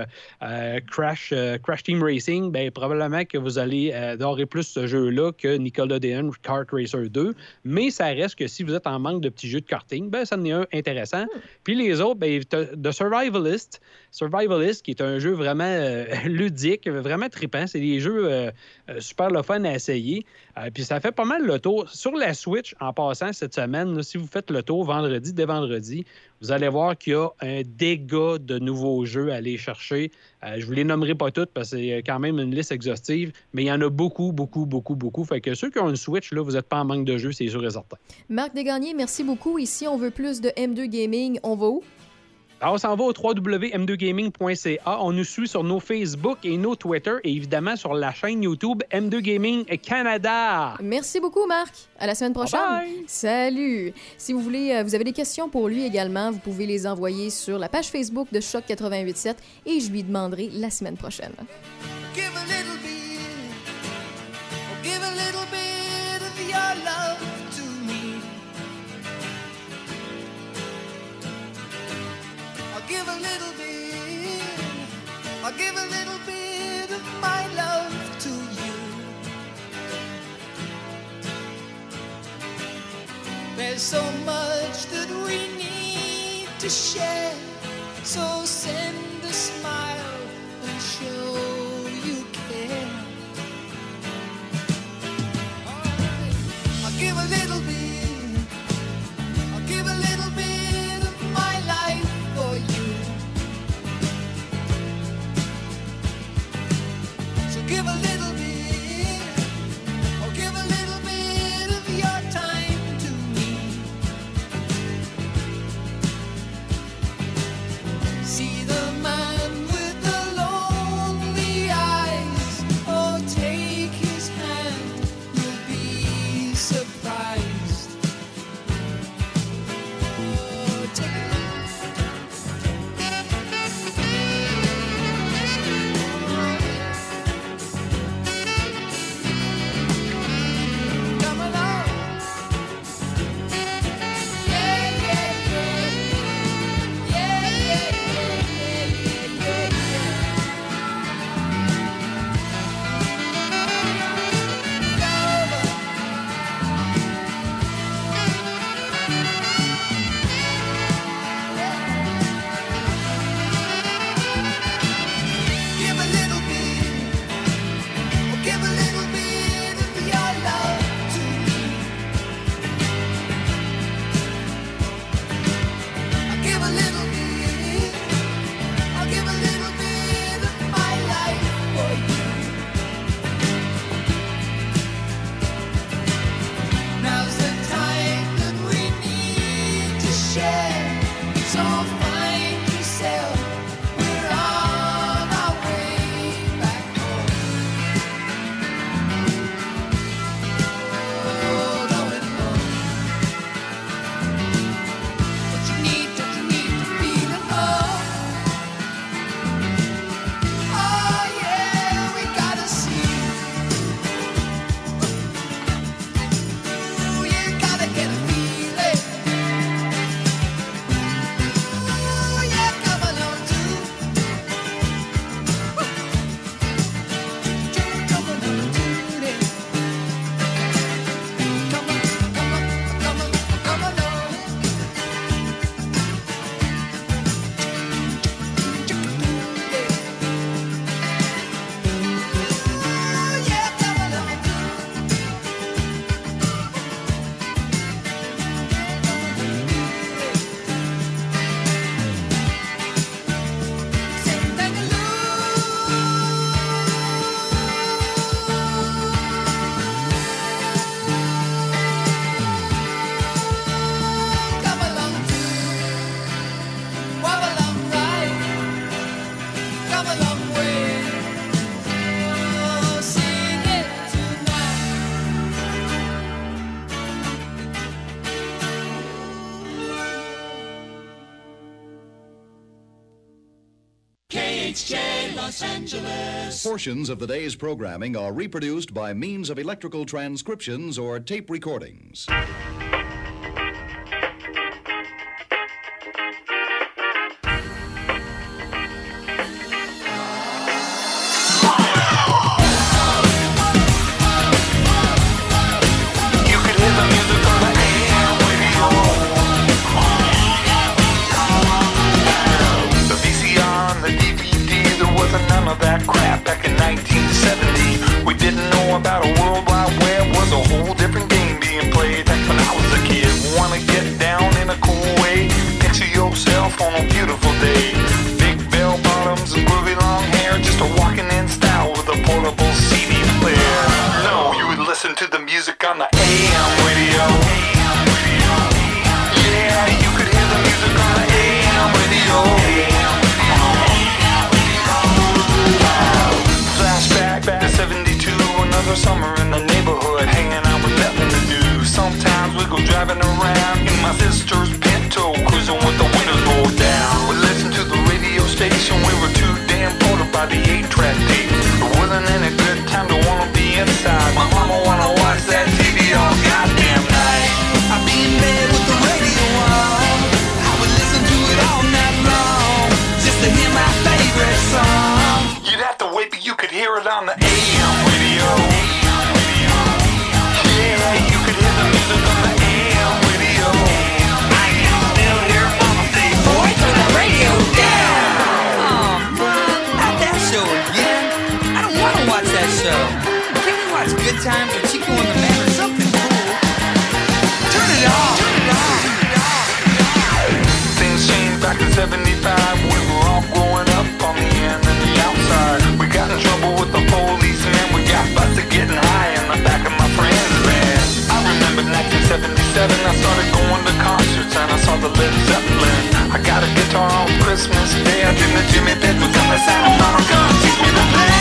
Crash Team Racing, ben probablement que vous allez adorer plus ce jeu-là que Nickelodeon Kart Racer 2, mais ça reste que si vous êtes en manque de petits jeux de karting, ben ça en est un intéressant. Puis les autres, ben The Survivalist, qui est un jeu vraiment ludique, vraiment trippant. C'est des jeux super le fun à essayer. Puis ça fait pas mal le tour. Sur la Switch, en passant cette semaine, là, si vous faites le tour dès vendredi, vous allez voir qu'il y a un dégât de nouveaux jeux à aller chercher. Je vous les nommerai pas toutes parce que c'est quand même une liste exhaustive, mais il y en a beaucoup. Fait que ceux qui ont une Switch, là, vous n'êtes pas en manque de jeux, c'est sûr et certain. Marc Desgagnés, merci beaucoup. Ici, on veut plus de M2 Gaming. On va où? Alors, on s'en va au www.m2gaming.ca. On nous suit sur nos Facebook et nos Twitter et évidemment sur la chaîne YouTube M2 Gaming Canada. Merci beaucoup, Marc. À la semaine prochaine. Bye. Salut. Si vous voulez, vous avez des questions pour lui également, vous pouvez les envoyer sur la page Facebook de Choc 88.7 et je lui demanderai la semaine prochaine. give a little bit, oh, give a little bit of your love to me. I'll give a little bit, I'll give a little bit of my love to you. There's so much that we need to share, so send a smile and show you care. I'll give a little bit, I'll give a little bit of my life for you. So give a little bit, or give a little bit of your time to me. See the man with the lonely eyes, oh take his hand, you'll be surprised. Oh, take it. Come along. Yeah, yeah, yeah. Yeah, yeah, yeah, yeah, yeah, Give a little bit, oh, give a little bit of your love to me. I'll give a little bit, I'll give a little bit of my life for you. Now's the time that we need to share, so find yourself, we're on our way back home. Oh, going home. Don't you need to feel at home? Oh yeah, we gotta see. Ooh, you gotta get a feeling. Ooh, yeah, come along too. Come along too, then. Come on, come on, come on, come along. Ooh, yeah, come along too. Sing come along too. Walk along right. Come a long way. Oh, sing it tonight. KHJ Los Angeles. Portions of the day's programming are reproduced by means of electrical transcriptions or tape recordings. You could hear the music on the AM radio. The VCR and the DVD, there wasn't none of that crap back in 1970. We didn't know about a World Wide Web, was a whole different game being played. Back when I was a kid, wanna get down in a cool way. Picture yourself on a beautiful day. Big bell bottoms and groovy long hair, just a walking in style with a portable CD player. No, you would listen to the music on the AM radio. Yeah, you could hear the music on the AM radio. Flashback back to 72, another summer in the neighborhood, hanging out with nothing to do. Sometimes we go driving around in my sister's Pinto, cruising with the windows rolled down. We listened to the radio station, we were too damn bored by the 8-track tape. We're on the AM radio. Yeah, you could hear the music on the AM radio. I can still hear Mama say, boy, turn the radio down. Oh, man, not that show again. I don't want to watch that show. Can we watch Good Times or Chico and the Man or something cool? Turn it off. Things changed back in 75. We were all growing up on the end and the outside. We got in trouble with the policeman. We got busted getting high in the back of my friend's van. I remember 1977. I started going to concerts and I saw the Led Zeppelin. I got a guitar on Christmas Day. I dreamed that Jimmy Page would come and say, Mama, come teach me to play.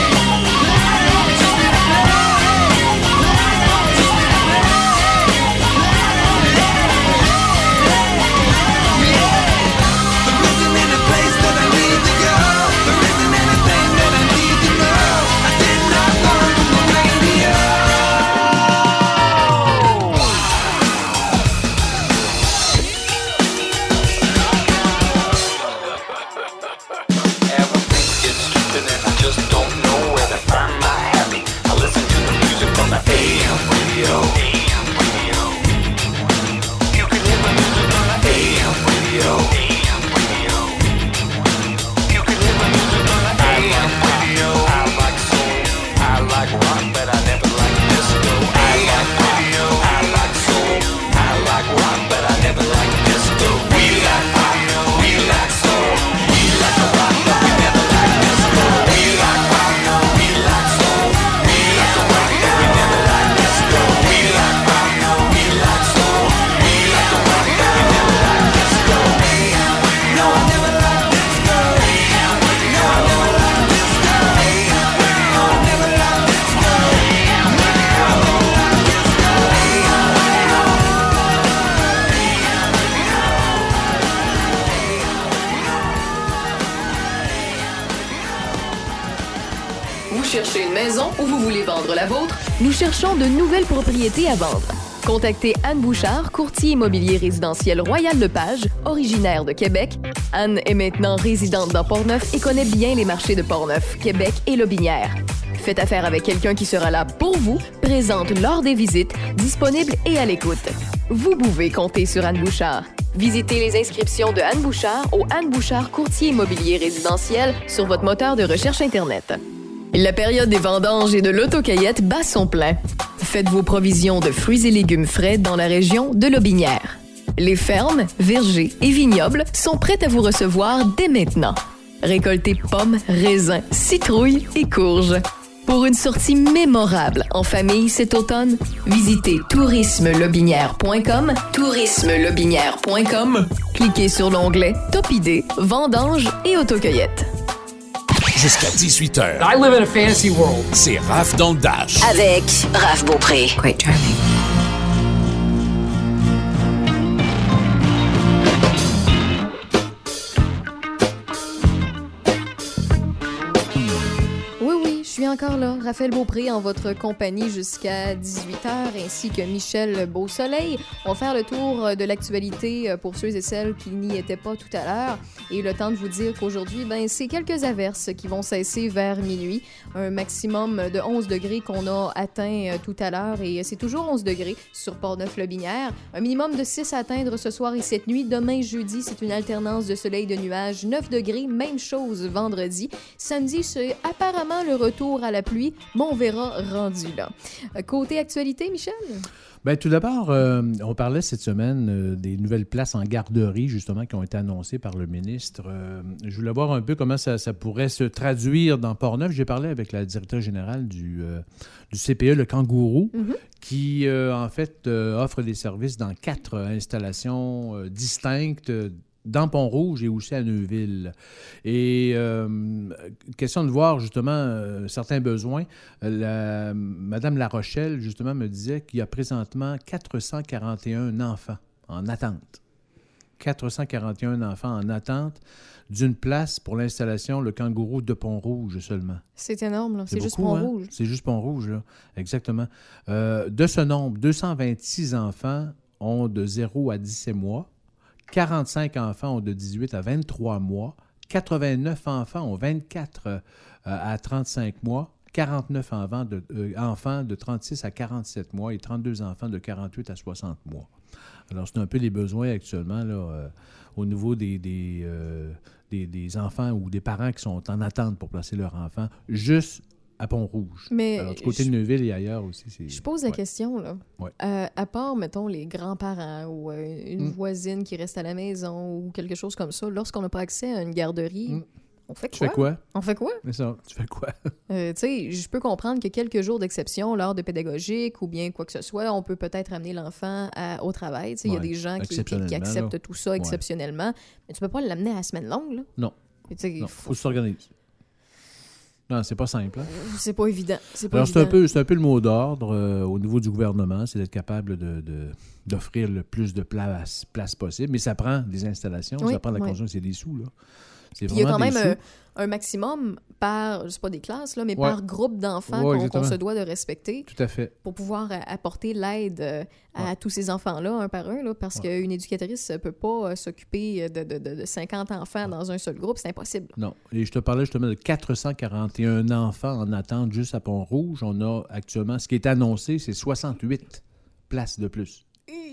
Nous cherchons de nouvelles propriétés à vendre. Contactez Anne Bouchard, courtier immobilier résidentiel Royal-Lepage, originaire de Québec. Anne est maintenant résidente dans Portneuf et connaît bien les marchés de Portneuf, Québec et Lobinière. Faites affaire avec quelqu'un qui sera là pour vous, présente lors des visites, disponible et à l'écoute. Vous pouvez compter sur Anne Bouchard. Visitez les inscriptions de Anne Bouchard au Anne Bouchard courtier immobilier résidentiel sur votre moteur de recherche Internet. La période des vendanges et de l'autocueillette bat son plein. Faites vos provisions de fruits et légumes frais dans la région de Lobinière. Les fermes, vergers et vignobles sont prêtes à vous recevoir dès maintenant. Récoltez pommes, raisins, citrouilles et courges. Pour une sortie mémorable en famille cet automne, visitez tourismelobinière.com, tourismelobinière.com. Cliquez sur l'onglet Top idées, vendanges et autocueillette. Jusqu'à 18h. I live in a fantasy world. C'est Raph dans le Dash. Avec Raph Beaupré. Quite charming. Je suis encore là, Raphaël Beaupré, en votre compagnie jusqu'à 18h, ainsi que Michel Beausoleil. On va faire le tour de l'actualité pour ceux et celles qui n'y étaient pas tout à l'heure. Et le temps de vous dire qu'aujourd'hui, c'est quelques averses qui vont cesser vers minuit. Un maximum de 11 degrés qu'on a atteint tout à l'heure, et c'est toujours 11 degrés sur Portneuf-Lobinière. Un minimum de 6 à atteindre ce soir et cette nuit. Demain, jeudi, c'est une alternance de soleil et de nuages. 9 degrés, même chose vendredi. Samedi, c'est apparemment le retour à la pluie, mais on verra rendu là. Côté actualité, Michel? Bien, tout d'abord, on parlait cette semaine des nouvelles places en garderie, justement, qui ont été annoncées par le ministre. Je voulais voir un peu comment ça pourrait se traduire dans Portneuf. J'ai parlé avec la directrice générale du CPE, le Kangourou, qui, en fait, offre des services dans 4 installations distinctes dans Pont-Rouge et aussi à Neuville. Et question de voir justement certains besoins. Madame La Rochelle, justement, me disait qu'il y a présentement 441 enfants en attente. 441 enfants en attente d'une place pour l'installation Le Kangourou de Pont-Rouge seulement. C'est énorme, là. C'est juste beaucoup, Pont-Rouge. C'est juste Pont-Rouge, là. Exactement. De ce nombre, 226 enfants ont de 0 à 17 mois. 45 enfants ont de 18 à 23 mois. 89 enfants ont 24 à 35 mois. 49 enfants de 36 à 47 mois et 32 enfants de 48 à 60 mois. Alors, c'est un peu les besoins actuellement là, au niveau des enfants ou des parents qui sont en attente pour placer leur enfant, juste à Pont-Rouge. Mais alors, du côté de Neuville et ailleurs aussi. Je pose la question, là. Ouais. À part, mettons, les grands-parents ou une voisine qui reste à la maison ou quelque chose comme ça, lorsqu'on n'a pas accès à une garderie, on fait quoi? Tu fais quoi? On fait quoi? C'est ça, tu fais quoi? Tu sais, je peux comprendre que quelques jours d'exception lors de pédagogique ou bien quoi que ce soit, on peut peut-être amener l'enfant au travail. Tu sais, il y a des gens qui acceptent tout ça exceptionnellement, mais tu peux pas l'amener à la semaine longue, là. Non. Il faut s'organiser. Non, c'est pas simple. Hein? C'est pas évident. C'est un peu le mot d'ordre au niveau du gouvernement, c'est d'être capable d'offrir le plus de place possible. Mais ça prend des installations, ça prend la construction, c'est des sous, là. Il y a quand même un maximum par, je sais pas des classes, là, mais par groupe d'enfants qu'on se doit de respecter. Tout à fait. Pour pouvoir apporter l'aide à tous ces enfants-là, un par un, là, parce qu'une éducatrice ne peut pas s'occuper de 50 enfants dans un seul groupe, c'est impossible. Non. Et je te parlais justement de 441 enfants en attente juste à Pont-Rouge. On a actuellement, ce qui est annoncé, c'est 68 places de plus.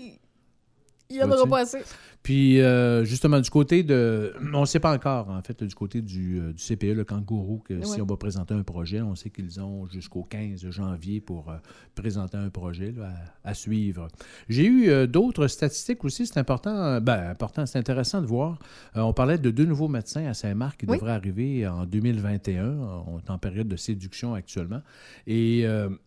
Il n'y en aura pas assez. Puis, justement, du côté de... On ne sait pas encore, en fait, du côté du CPE, le Kangourou, que si on va présenter un projet, on sait qu'ils ont jusqu'au 15 janvier pour présenter un projet là, à suivre. J'ai eu d'autres statistiques aussi, c'est important. C'est intéressant de voir. On parlait de 2 nouveaux médecins à Saint-Marc qui devraient arriver en 2021. On est en période de séduction actuellement. Et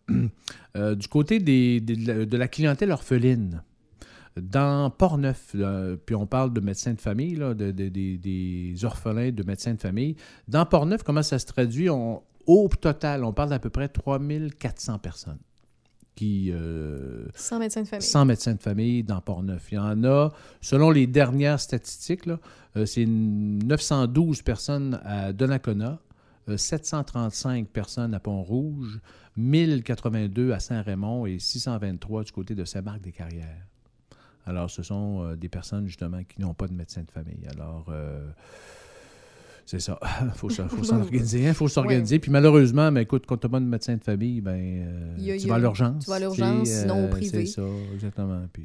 du côté de la clientèle orpheline, dans Portneuf, puis on parle de médecins de famille, là, des orphelins de médecins de famille. Dans Portneuf, comment ça se traduit? Au total, on parle d'à peu près 3400 personnes. 100 médecins de famille. 100 médecins de famille dans Portneuf. Il y en a, selon les dernières statistiques, là, c'est 912 personnes à Donnacona, 735 personnes à Pont-Rouge, 1082 à Saint-Raymond et 623 du côté de Saint-Marc-des-Carrières. Alors, ce sont des personnes, justement, qui n'ont pas de médecin de famille. Alors, c'est ça. Il faut s'en organiser. Il faut s'organiser. Puis malheureusement, écoute, quand tu n'as pas de médecin de famille, tu vas à l'urgence. Tu vas à l'urgence, sinon au privé. C'est ça, exactement. Puis,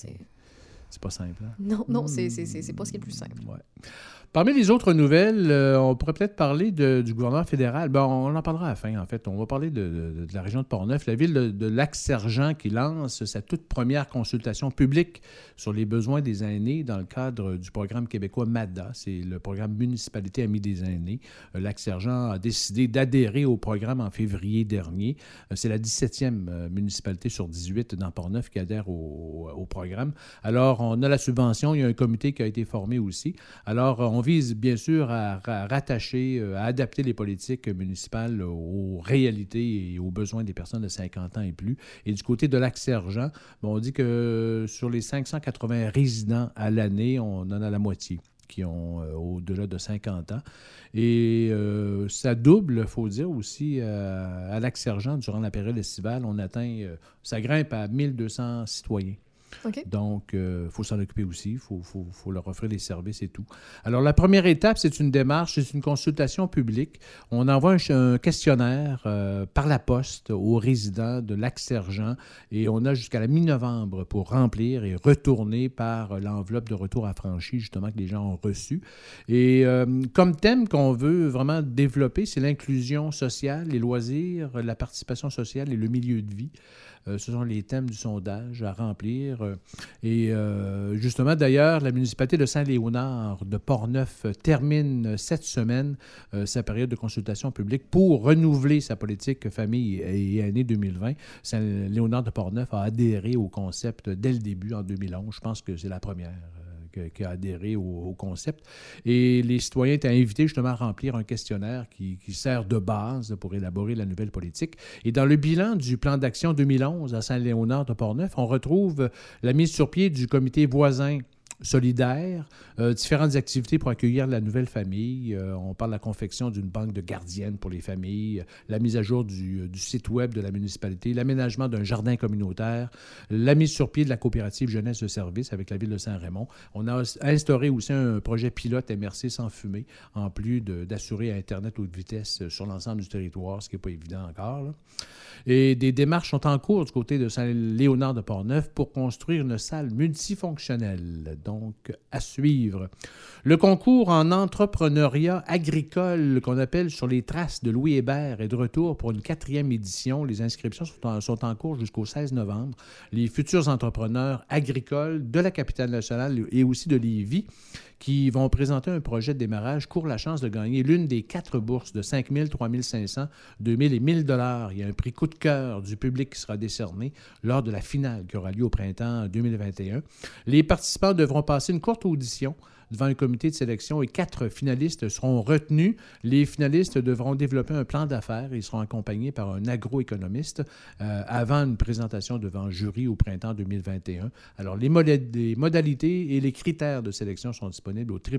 c'est pas simple. Hein? Non, c'est pas ce qui est le plus simple. Ouais. Parmi les autres nouvelles, on pourrait peut-être parler du gouvernement fédéral. On en parlera à la fin, en fait. On va parler de la région de Portneuf, la ville de Lac-Sergent qui lance sa toute première consultation publique sur les besoins des aînés dans le cadre du programme québécois MADA. C'est le programme Municipalité Amis des aînés. Lac-Sergent a décidé d'adhérer au programme en février dernier. C'est la 17e municipalité sur 18 dans Portneuf qui adhère au programme. Alors, on a la subvention. Il y a un comité qui a été formé aussi. Alors, on vise bien sûr à rattacher, à adapter les politiques municipales aux réalités et aux besoins des personnes de 50 ans et plus. Et du côté de Lac-Sergent, on dit que sur les 580 résidents à l'année, on en a la moitié qui ont au-delà de 50 ans. Et ça double, il faut dire aussi, à Lac-Sergent, durant la période estivale, on atteint, ça grimpe à 1200 citoyens. Okay. Donc, il faut s'en occuper aussi, il faut leur offrir des services et tout. Alors, la première étape, c'est une démarche, c'est une consultation publique. On envoie un questionnaire par la poste aux résidents de Lac-Sergent et on a jusqu'à la mi-novembre pour remplir et retourner par l'enveloppe de retour affranchi, justement, que les gens ont reçu. Et comme thème qu'on veut vraiment développer, c'est l'inclusion sociale, les loisirs, la participation sociale et le milieu de vie. Ce sont les thèmes du sondage à remplir. Et justement, d'ailleurs, la municipalité de Saint-Léonard de Portneuf termine cette semaine sa période de consultation publique pour renouveler sa politique famille et année 2020. Saint-Léonard de Portneuf a adhéré au concept dès le début, en 2011. Je pense que c'est la première qui a adhéré au concept. Et les citoyens étaient invités justement à remplir un questionnaire qui sert de base pour élaborer la nouvelle politique. Et dans le bilan du plan d'action 2011 à Saint-Léonard de Portneuf, on retrouve la mise sur pied du comité voisin solidaire, différentes activités pour accueillir la nouvelle famille. On parle de la confection d'une banque de gardiennes pour les familles, la mise à jour du site web de la municipalité, l'aménagement d'un jardin communautaire, la mise sur pied de la coopérative jeunesse de service avec la ville de Saint-Raymond. On a instauré aussi un projet pilote MRC sans fumée, en plus d'assurer Internet haute vitesse sur l'ensemble du territoire, ce qui n'est pas évident encore, là. Et des démarches sont en cours du côté de Saint-Léonard de Portneuf pour construire une salle multifonctionnelle. Donc, à suivre. Le concours en entrepreneuriat agricole qu'on appelle Sur les traces de Louis Hébert est de retour pour une 4e édition. Les inscriptions sont en cours jusqu'au 16 novembre. Les futurs entrepreneurs agricoles de la capitale nationale et aussi de Lévis qui vont présenter un projet de démarrage courent la chance de gagner l'une des 4 bourses de 5 000, 3 500, 2 000 et 1 000 $. Il y a un prix coup de cœur du public qui sera décerné lors de la finale qui aura lieu au printemps 2021. Les participants devront passer une courte audition devant un comité de sélection et 4 finalistes seront retenus. Les finalistes devront développer un plan d'affaires. Ils seront accompagnés par un agroéconomiste avant une présentation devant un jury au printemps 2021. Alors, les modalités et les critères de sélection sont disponibles au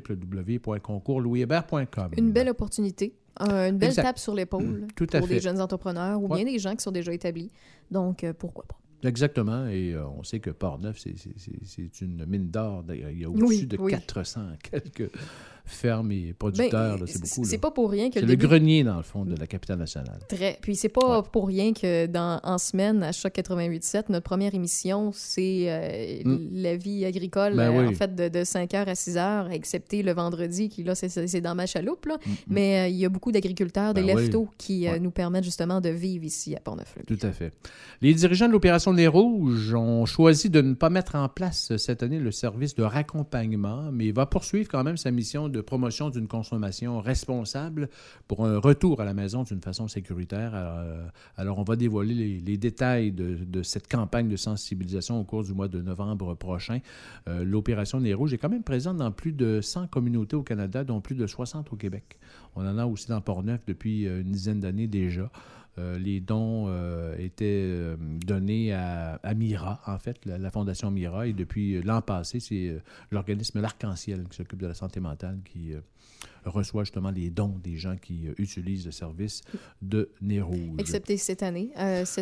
www.concours-louishébert.com. Une belle opportunité. Une belle tape sur l'épaule pour des jeunes entrepreneurs ou bien des gens qui sont déjà établis. Donc, pourquoi pas? Exactement. Et on sait que Portneuf, c'est une mine d'or. Il y a au-dessus de 400 quelques fermes et producteurs. Là, c'est beaucoup. C'est pas pour rien que c'est le grenier, dans le fond, de la capitale nationale. Très. Puis c'est pas pour rien que en semaine, à Choc 88.7, notre première émission, c'est la vie agricole, en fait, de 5h à 6h, excepté le vendredi, qui là, c'est dans ma chaloupe. Là. Mais il y a beaucoup d'agriculteurs, des leftos qui nous permettent justement de vivre ici à Portneuf. Tout à fait. Les dirigeants de l'opération Nez Rouge ont choisi de ne pas mettre en place cette année le service de raccompagnement, mais va poursuivre quand même sa mission de promotion d'une consommation responsable pour un retour à la maison d'une façon sécuritaire. Alors on va dévoiler les détails de cette campagne de sensibilisation au cours du mois de novembre prochain. L'opération Nez Rouge est quand même présente dans plus de 100 communautés au Canada, dont plus de 60 au Québec. On en a aussi dans Portneuf depuis une dizaine d'années déjà. Les dons étaient donnés à Mira, en fait, la Fondation Mira. Et depuis l'an passé, c'est l'organisme L'Arc-en-Ciel qui s'occupe de la santé mentale qui reçoit justement les dons des gens qui utilisent le service de Nez Rouge. Excepté cette année.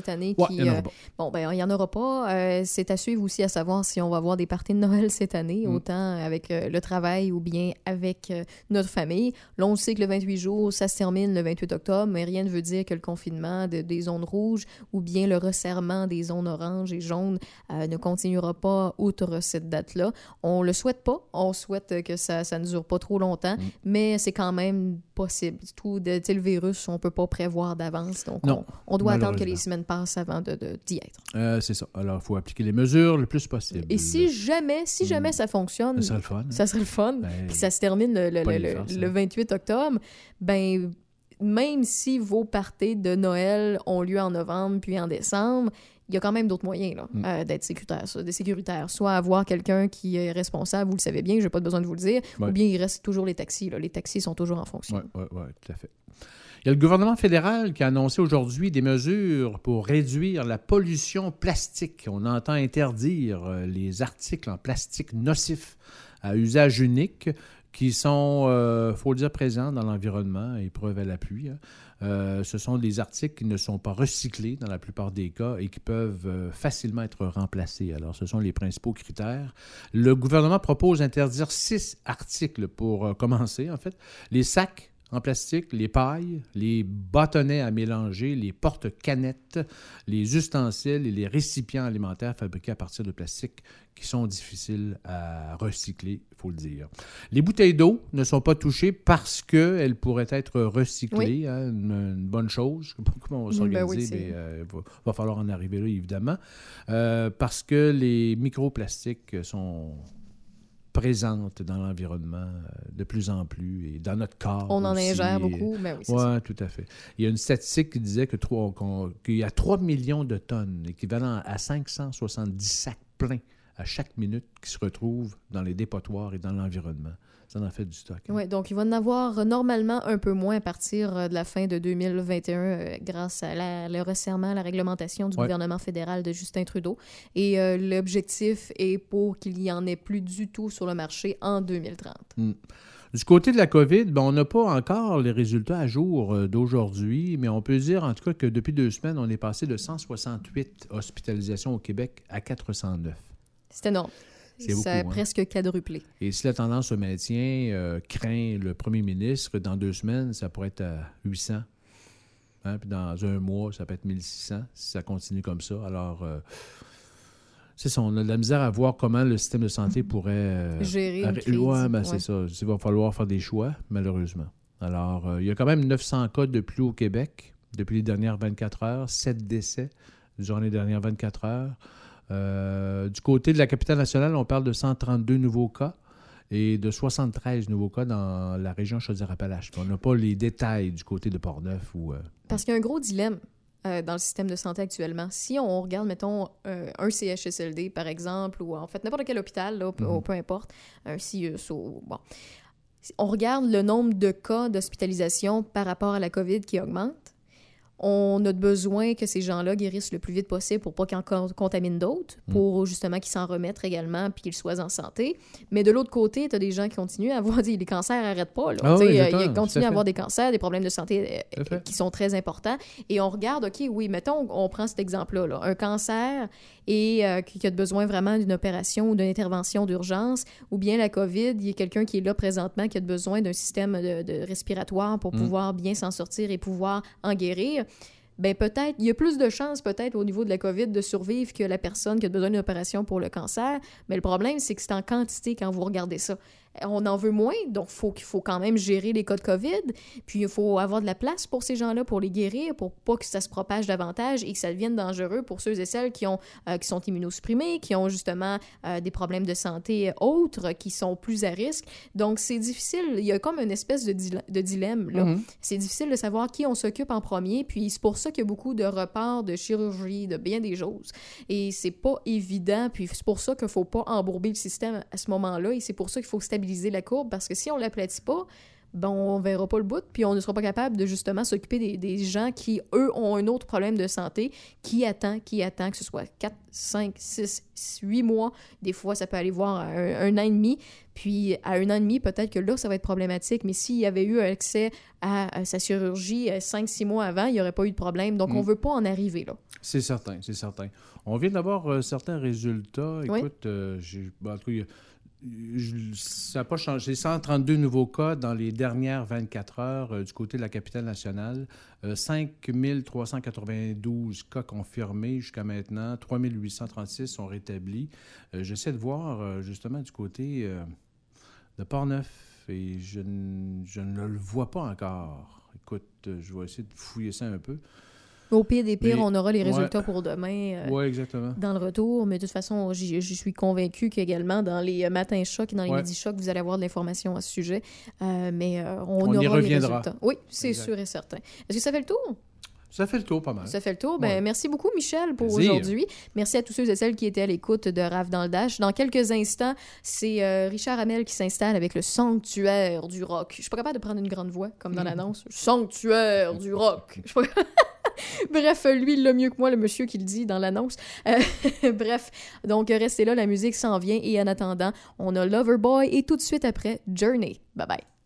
Il n'y en aura pas. C'est à suivre aussi à savoir si on va avoir des parties de Noël cette année, autant avec le travail ou bien avec notre famille. Là, on sait que le 28 jours, ça se termine le 28 octobre, mais rien ne veut dire que le confinement des zones rouges ou bien le resserrement des zones oranges et jaunes ne continuera pas outre cette date-là. On le souhaite pas. On souhaite que ça ne dure pas trop longtemps, mais c'est quand même possible. Le virus, on ne peut pas prévoir d'avance. Donc, on doit attendre que les semaines passent avant d'y être. C'est ça. Alors, il faut appliquer les mesures le plus possible. Et si jamais ça fonctionne, ça serait le fun. Ça serait le fun. Puis ça se termine le 28 octobre. Ben, même si vos parties de Noël ont lieu en novembre puis en décembre, il y a quand même d'autres moyens là, d'être sécuritaire. Soit avoir quelqu'un qui est responsable, vous le savez bien, je n'ai pas besoin de vous le dire, ou bien il reste toujours les taxis. Là. Les taxis sont toujours en fonction. Oui, tout à fait. Il y a le gouvernement fédéral qui a annoncé aujourd'hui des mesures pour réduire la pollution plastique. On entend interdire les articles en plastique nocifs à usage unique qui sont, faut le dire, présents dans l'environnement et preuve à l'appui. Ce sont des articles qui ne sont pas recyclés dans la plupart des cas et qui peuvent facilement être remplacés. Alors, ce sont les principaux critères. Le gouvernement propose d'interdire 6 articles pour commencer, en fait. Les sacs en plastique, les pailles, les bâtonnets à mélanger, les porte-canettes, les ustensiles et les récipients alimentaires fabriqués à partir de plastique qui sont difficiles à recycler, il faut le dire. Les bouteilles d'eau ne sont pas touchées parce qu'elles pourraient être recyclées, une bonne chose. Je ne sais pas comment on va s'organiser, mais il va falloir en arriver là, évidemment, parce que les microplastiques sont présentes dans l'environnement de plus en plus et dans notre corps. On en ingère beaucoup, mais oui, c'est ça. Oui, tout à fait. Il y a une statistique qui disait qu'il y a 3 millions de tonnes, équivalent à 570 sacs pleins à chaque minute qui se retrouvent dans les dépotoirs et dans l'environnement. Ça en fait du stock. Oui, donc il va en avoir normalement un peu moins à partir de la fin de 2021 grâce à le resserrement, la réglementation du gouvernement fédéral de Justin Trudeau. Et l'objectif est pour qu'il n'y en ait plus du tout sur le marché en 2030. Du côté de la COVID, on n'a pas encore les résultats à jour d'aujourd'hui, mais on peut dire en tout cas que depuis 2 semaines, on est passé de 168 hospitalisations au Québec à 409. C'est énorme. C'est beaucoup, ça a presque quadruplé. Et si la tendance se maintient, craint le premier ministre, dans 2 semaines, ça pourrait être à 800. Puis dans un mois, ça peut être 1600 si ça continue comme ça. Alors, c'est ça, on a de la misère à voir comment le système de santé pourrait... gérer une crise. C'est ça. Il va falloir faire des choix, malheureusement. Alors, il y a quand même 900 cas de plus au Québec depuis les dernières 24 heures, 7 décès durant les dernières 24 heures. Du côté de la capitale nationale, on parle de 132 nouveaux cas et de 73 nouveaux cas dans la région Chaudière-Appalaches. On n'a pas les détails du côté de Portneuf. Parce qu'il y a un gros dilemme dans le système de santé actuellement. Si on regarde, mettons, un CHSLD, par exemple, ou en fait n'importe quel hôpital, là, peu importe, un CIUS, on regarde le nombre de cas d'hospitalisation par rapport à la COVID qui augmente. On a besoin que ces gens-là guérissent le plus vite possible pour pas qu'ils en contaminent d'autres, pour justement qu'ils s'en remettent également puis qu'ils soient en santé. Mais de l'autre côté, tu as des gens qui continuent à avoir les cancers n'arrêtent pas. Là. Ils continuent à avoir des cancers, des problèmes de santé qui sont très importants. Et on regarde, OK, oui, mettons, on prend cet exemple-là, là, un cancer et qui a besoin vraiment d'une opération ou d'une intervention d'urgence, ou bien la COVID, il y a quelqu'un qui est là présentement qui a besoin d'un système de respiratoire pour pouvoir bien s'en sortir et pouvoir en guérir. Bien, peut-être, il y a plus de chances, peut-être, au niveau de la COVID, de survivre que la personne qui a besoin d'une opération pour le cancer. Mais le problème, c'est que c'est en quantité quand vous regardez ça. On en veut moins, donc il faut quand même gérer les cas de COVID. Puis, il faut avoir de la place pour ces gens-là, pour les guérir, pour pas que ça se propage davantage et que ça devienne dangereux pour ceux et celles qui sont immunosupprimés, qui ont justement des problèmes de santé autres, qui sont plus à risque. Donc, c'est difficile. Il y a comme une espèce de dilemme, là. C'est difficile de savoir qui on s'occupe en premier. Puis, c'est pour ça qu'il y a beaucoup de reports de chirurgie, de bien des choses. Et c'est pas évident. Puis, c'est pour ça qu'il faut pas embourber le système à ce moment-là. Et c'est pour ça qu'il faut stabiliser la courbe, parce que si on l'aplatit pas, ben on verra pas le bout, puis on ne sera pas capable de justement s'occuper des gens qui, eux, ont un autre problème de santé, qui attend que ce soit 4, 5, 6, 8 mois. Des fois, ça peut aller voir un an et demi. Puis, à 1 an et demi, peut-être que là, ça va être problématique. Mais s'il y avait eu accès à sa chirurgie 5-6 mois avant, il n'y aurait pas eu de problème. Donc, on ne veut pas en arriver là. C'est certain, c'est certain. On vient d'avoir certains résultats. Écoute, ça n'a pas changé. 132 nouveaux cas dans les dernières 24 heures du côté de la capitale nationale. 5 392 cas confirmés jusqu'à maintenant. 3 836 sont rétablis. J'essaie de voir justement du côté de Portneuf et je ne le vois pas encore. Écoute, je vais essayer de fouiller ça un peu. Au pire des pires, on aura les résultats pour demain exactement. Dans le retour. Mais de toute façon, je suis convaincue qu'également dans les matins chocs et dans les midis chocs, vous allez avoir de l'information à ce sujet. Mais on aura les résultats. Oui, c'est sûr et certain. Est-ce que ça fait le tour? Ça fait le tour pas mal. Ça fait le tour. Ben, merci beaucoup, Michel, pour aujourd'hui. Merci à tous ceux et celles qui étaient à l'écoute de Raph dans le Dash. Dans quelques instants, c'est Richard Hamel qui s'installe avec le sanctuaire du rock. Je suis pas capable de prendre une grande voix, comme dans l'annonce. Sanctuaire du rock. Je suis pas... Bref, lui, il l'a mieux que moi, le monsieur qui le dit dans l'annonce. Bref, donc restez là, la musique s'en vient. Et en attendant, on a Loverboy et tout de suite après, Journey. Bye bye.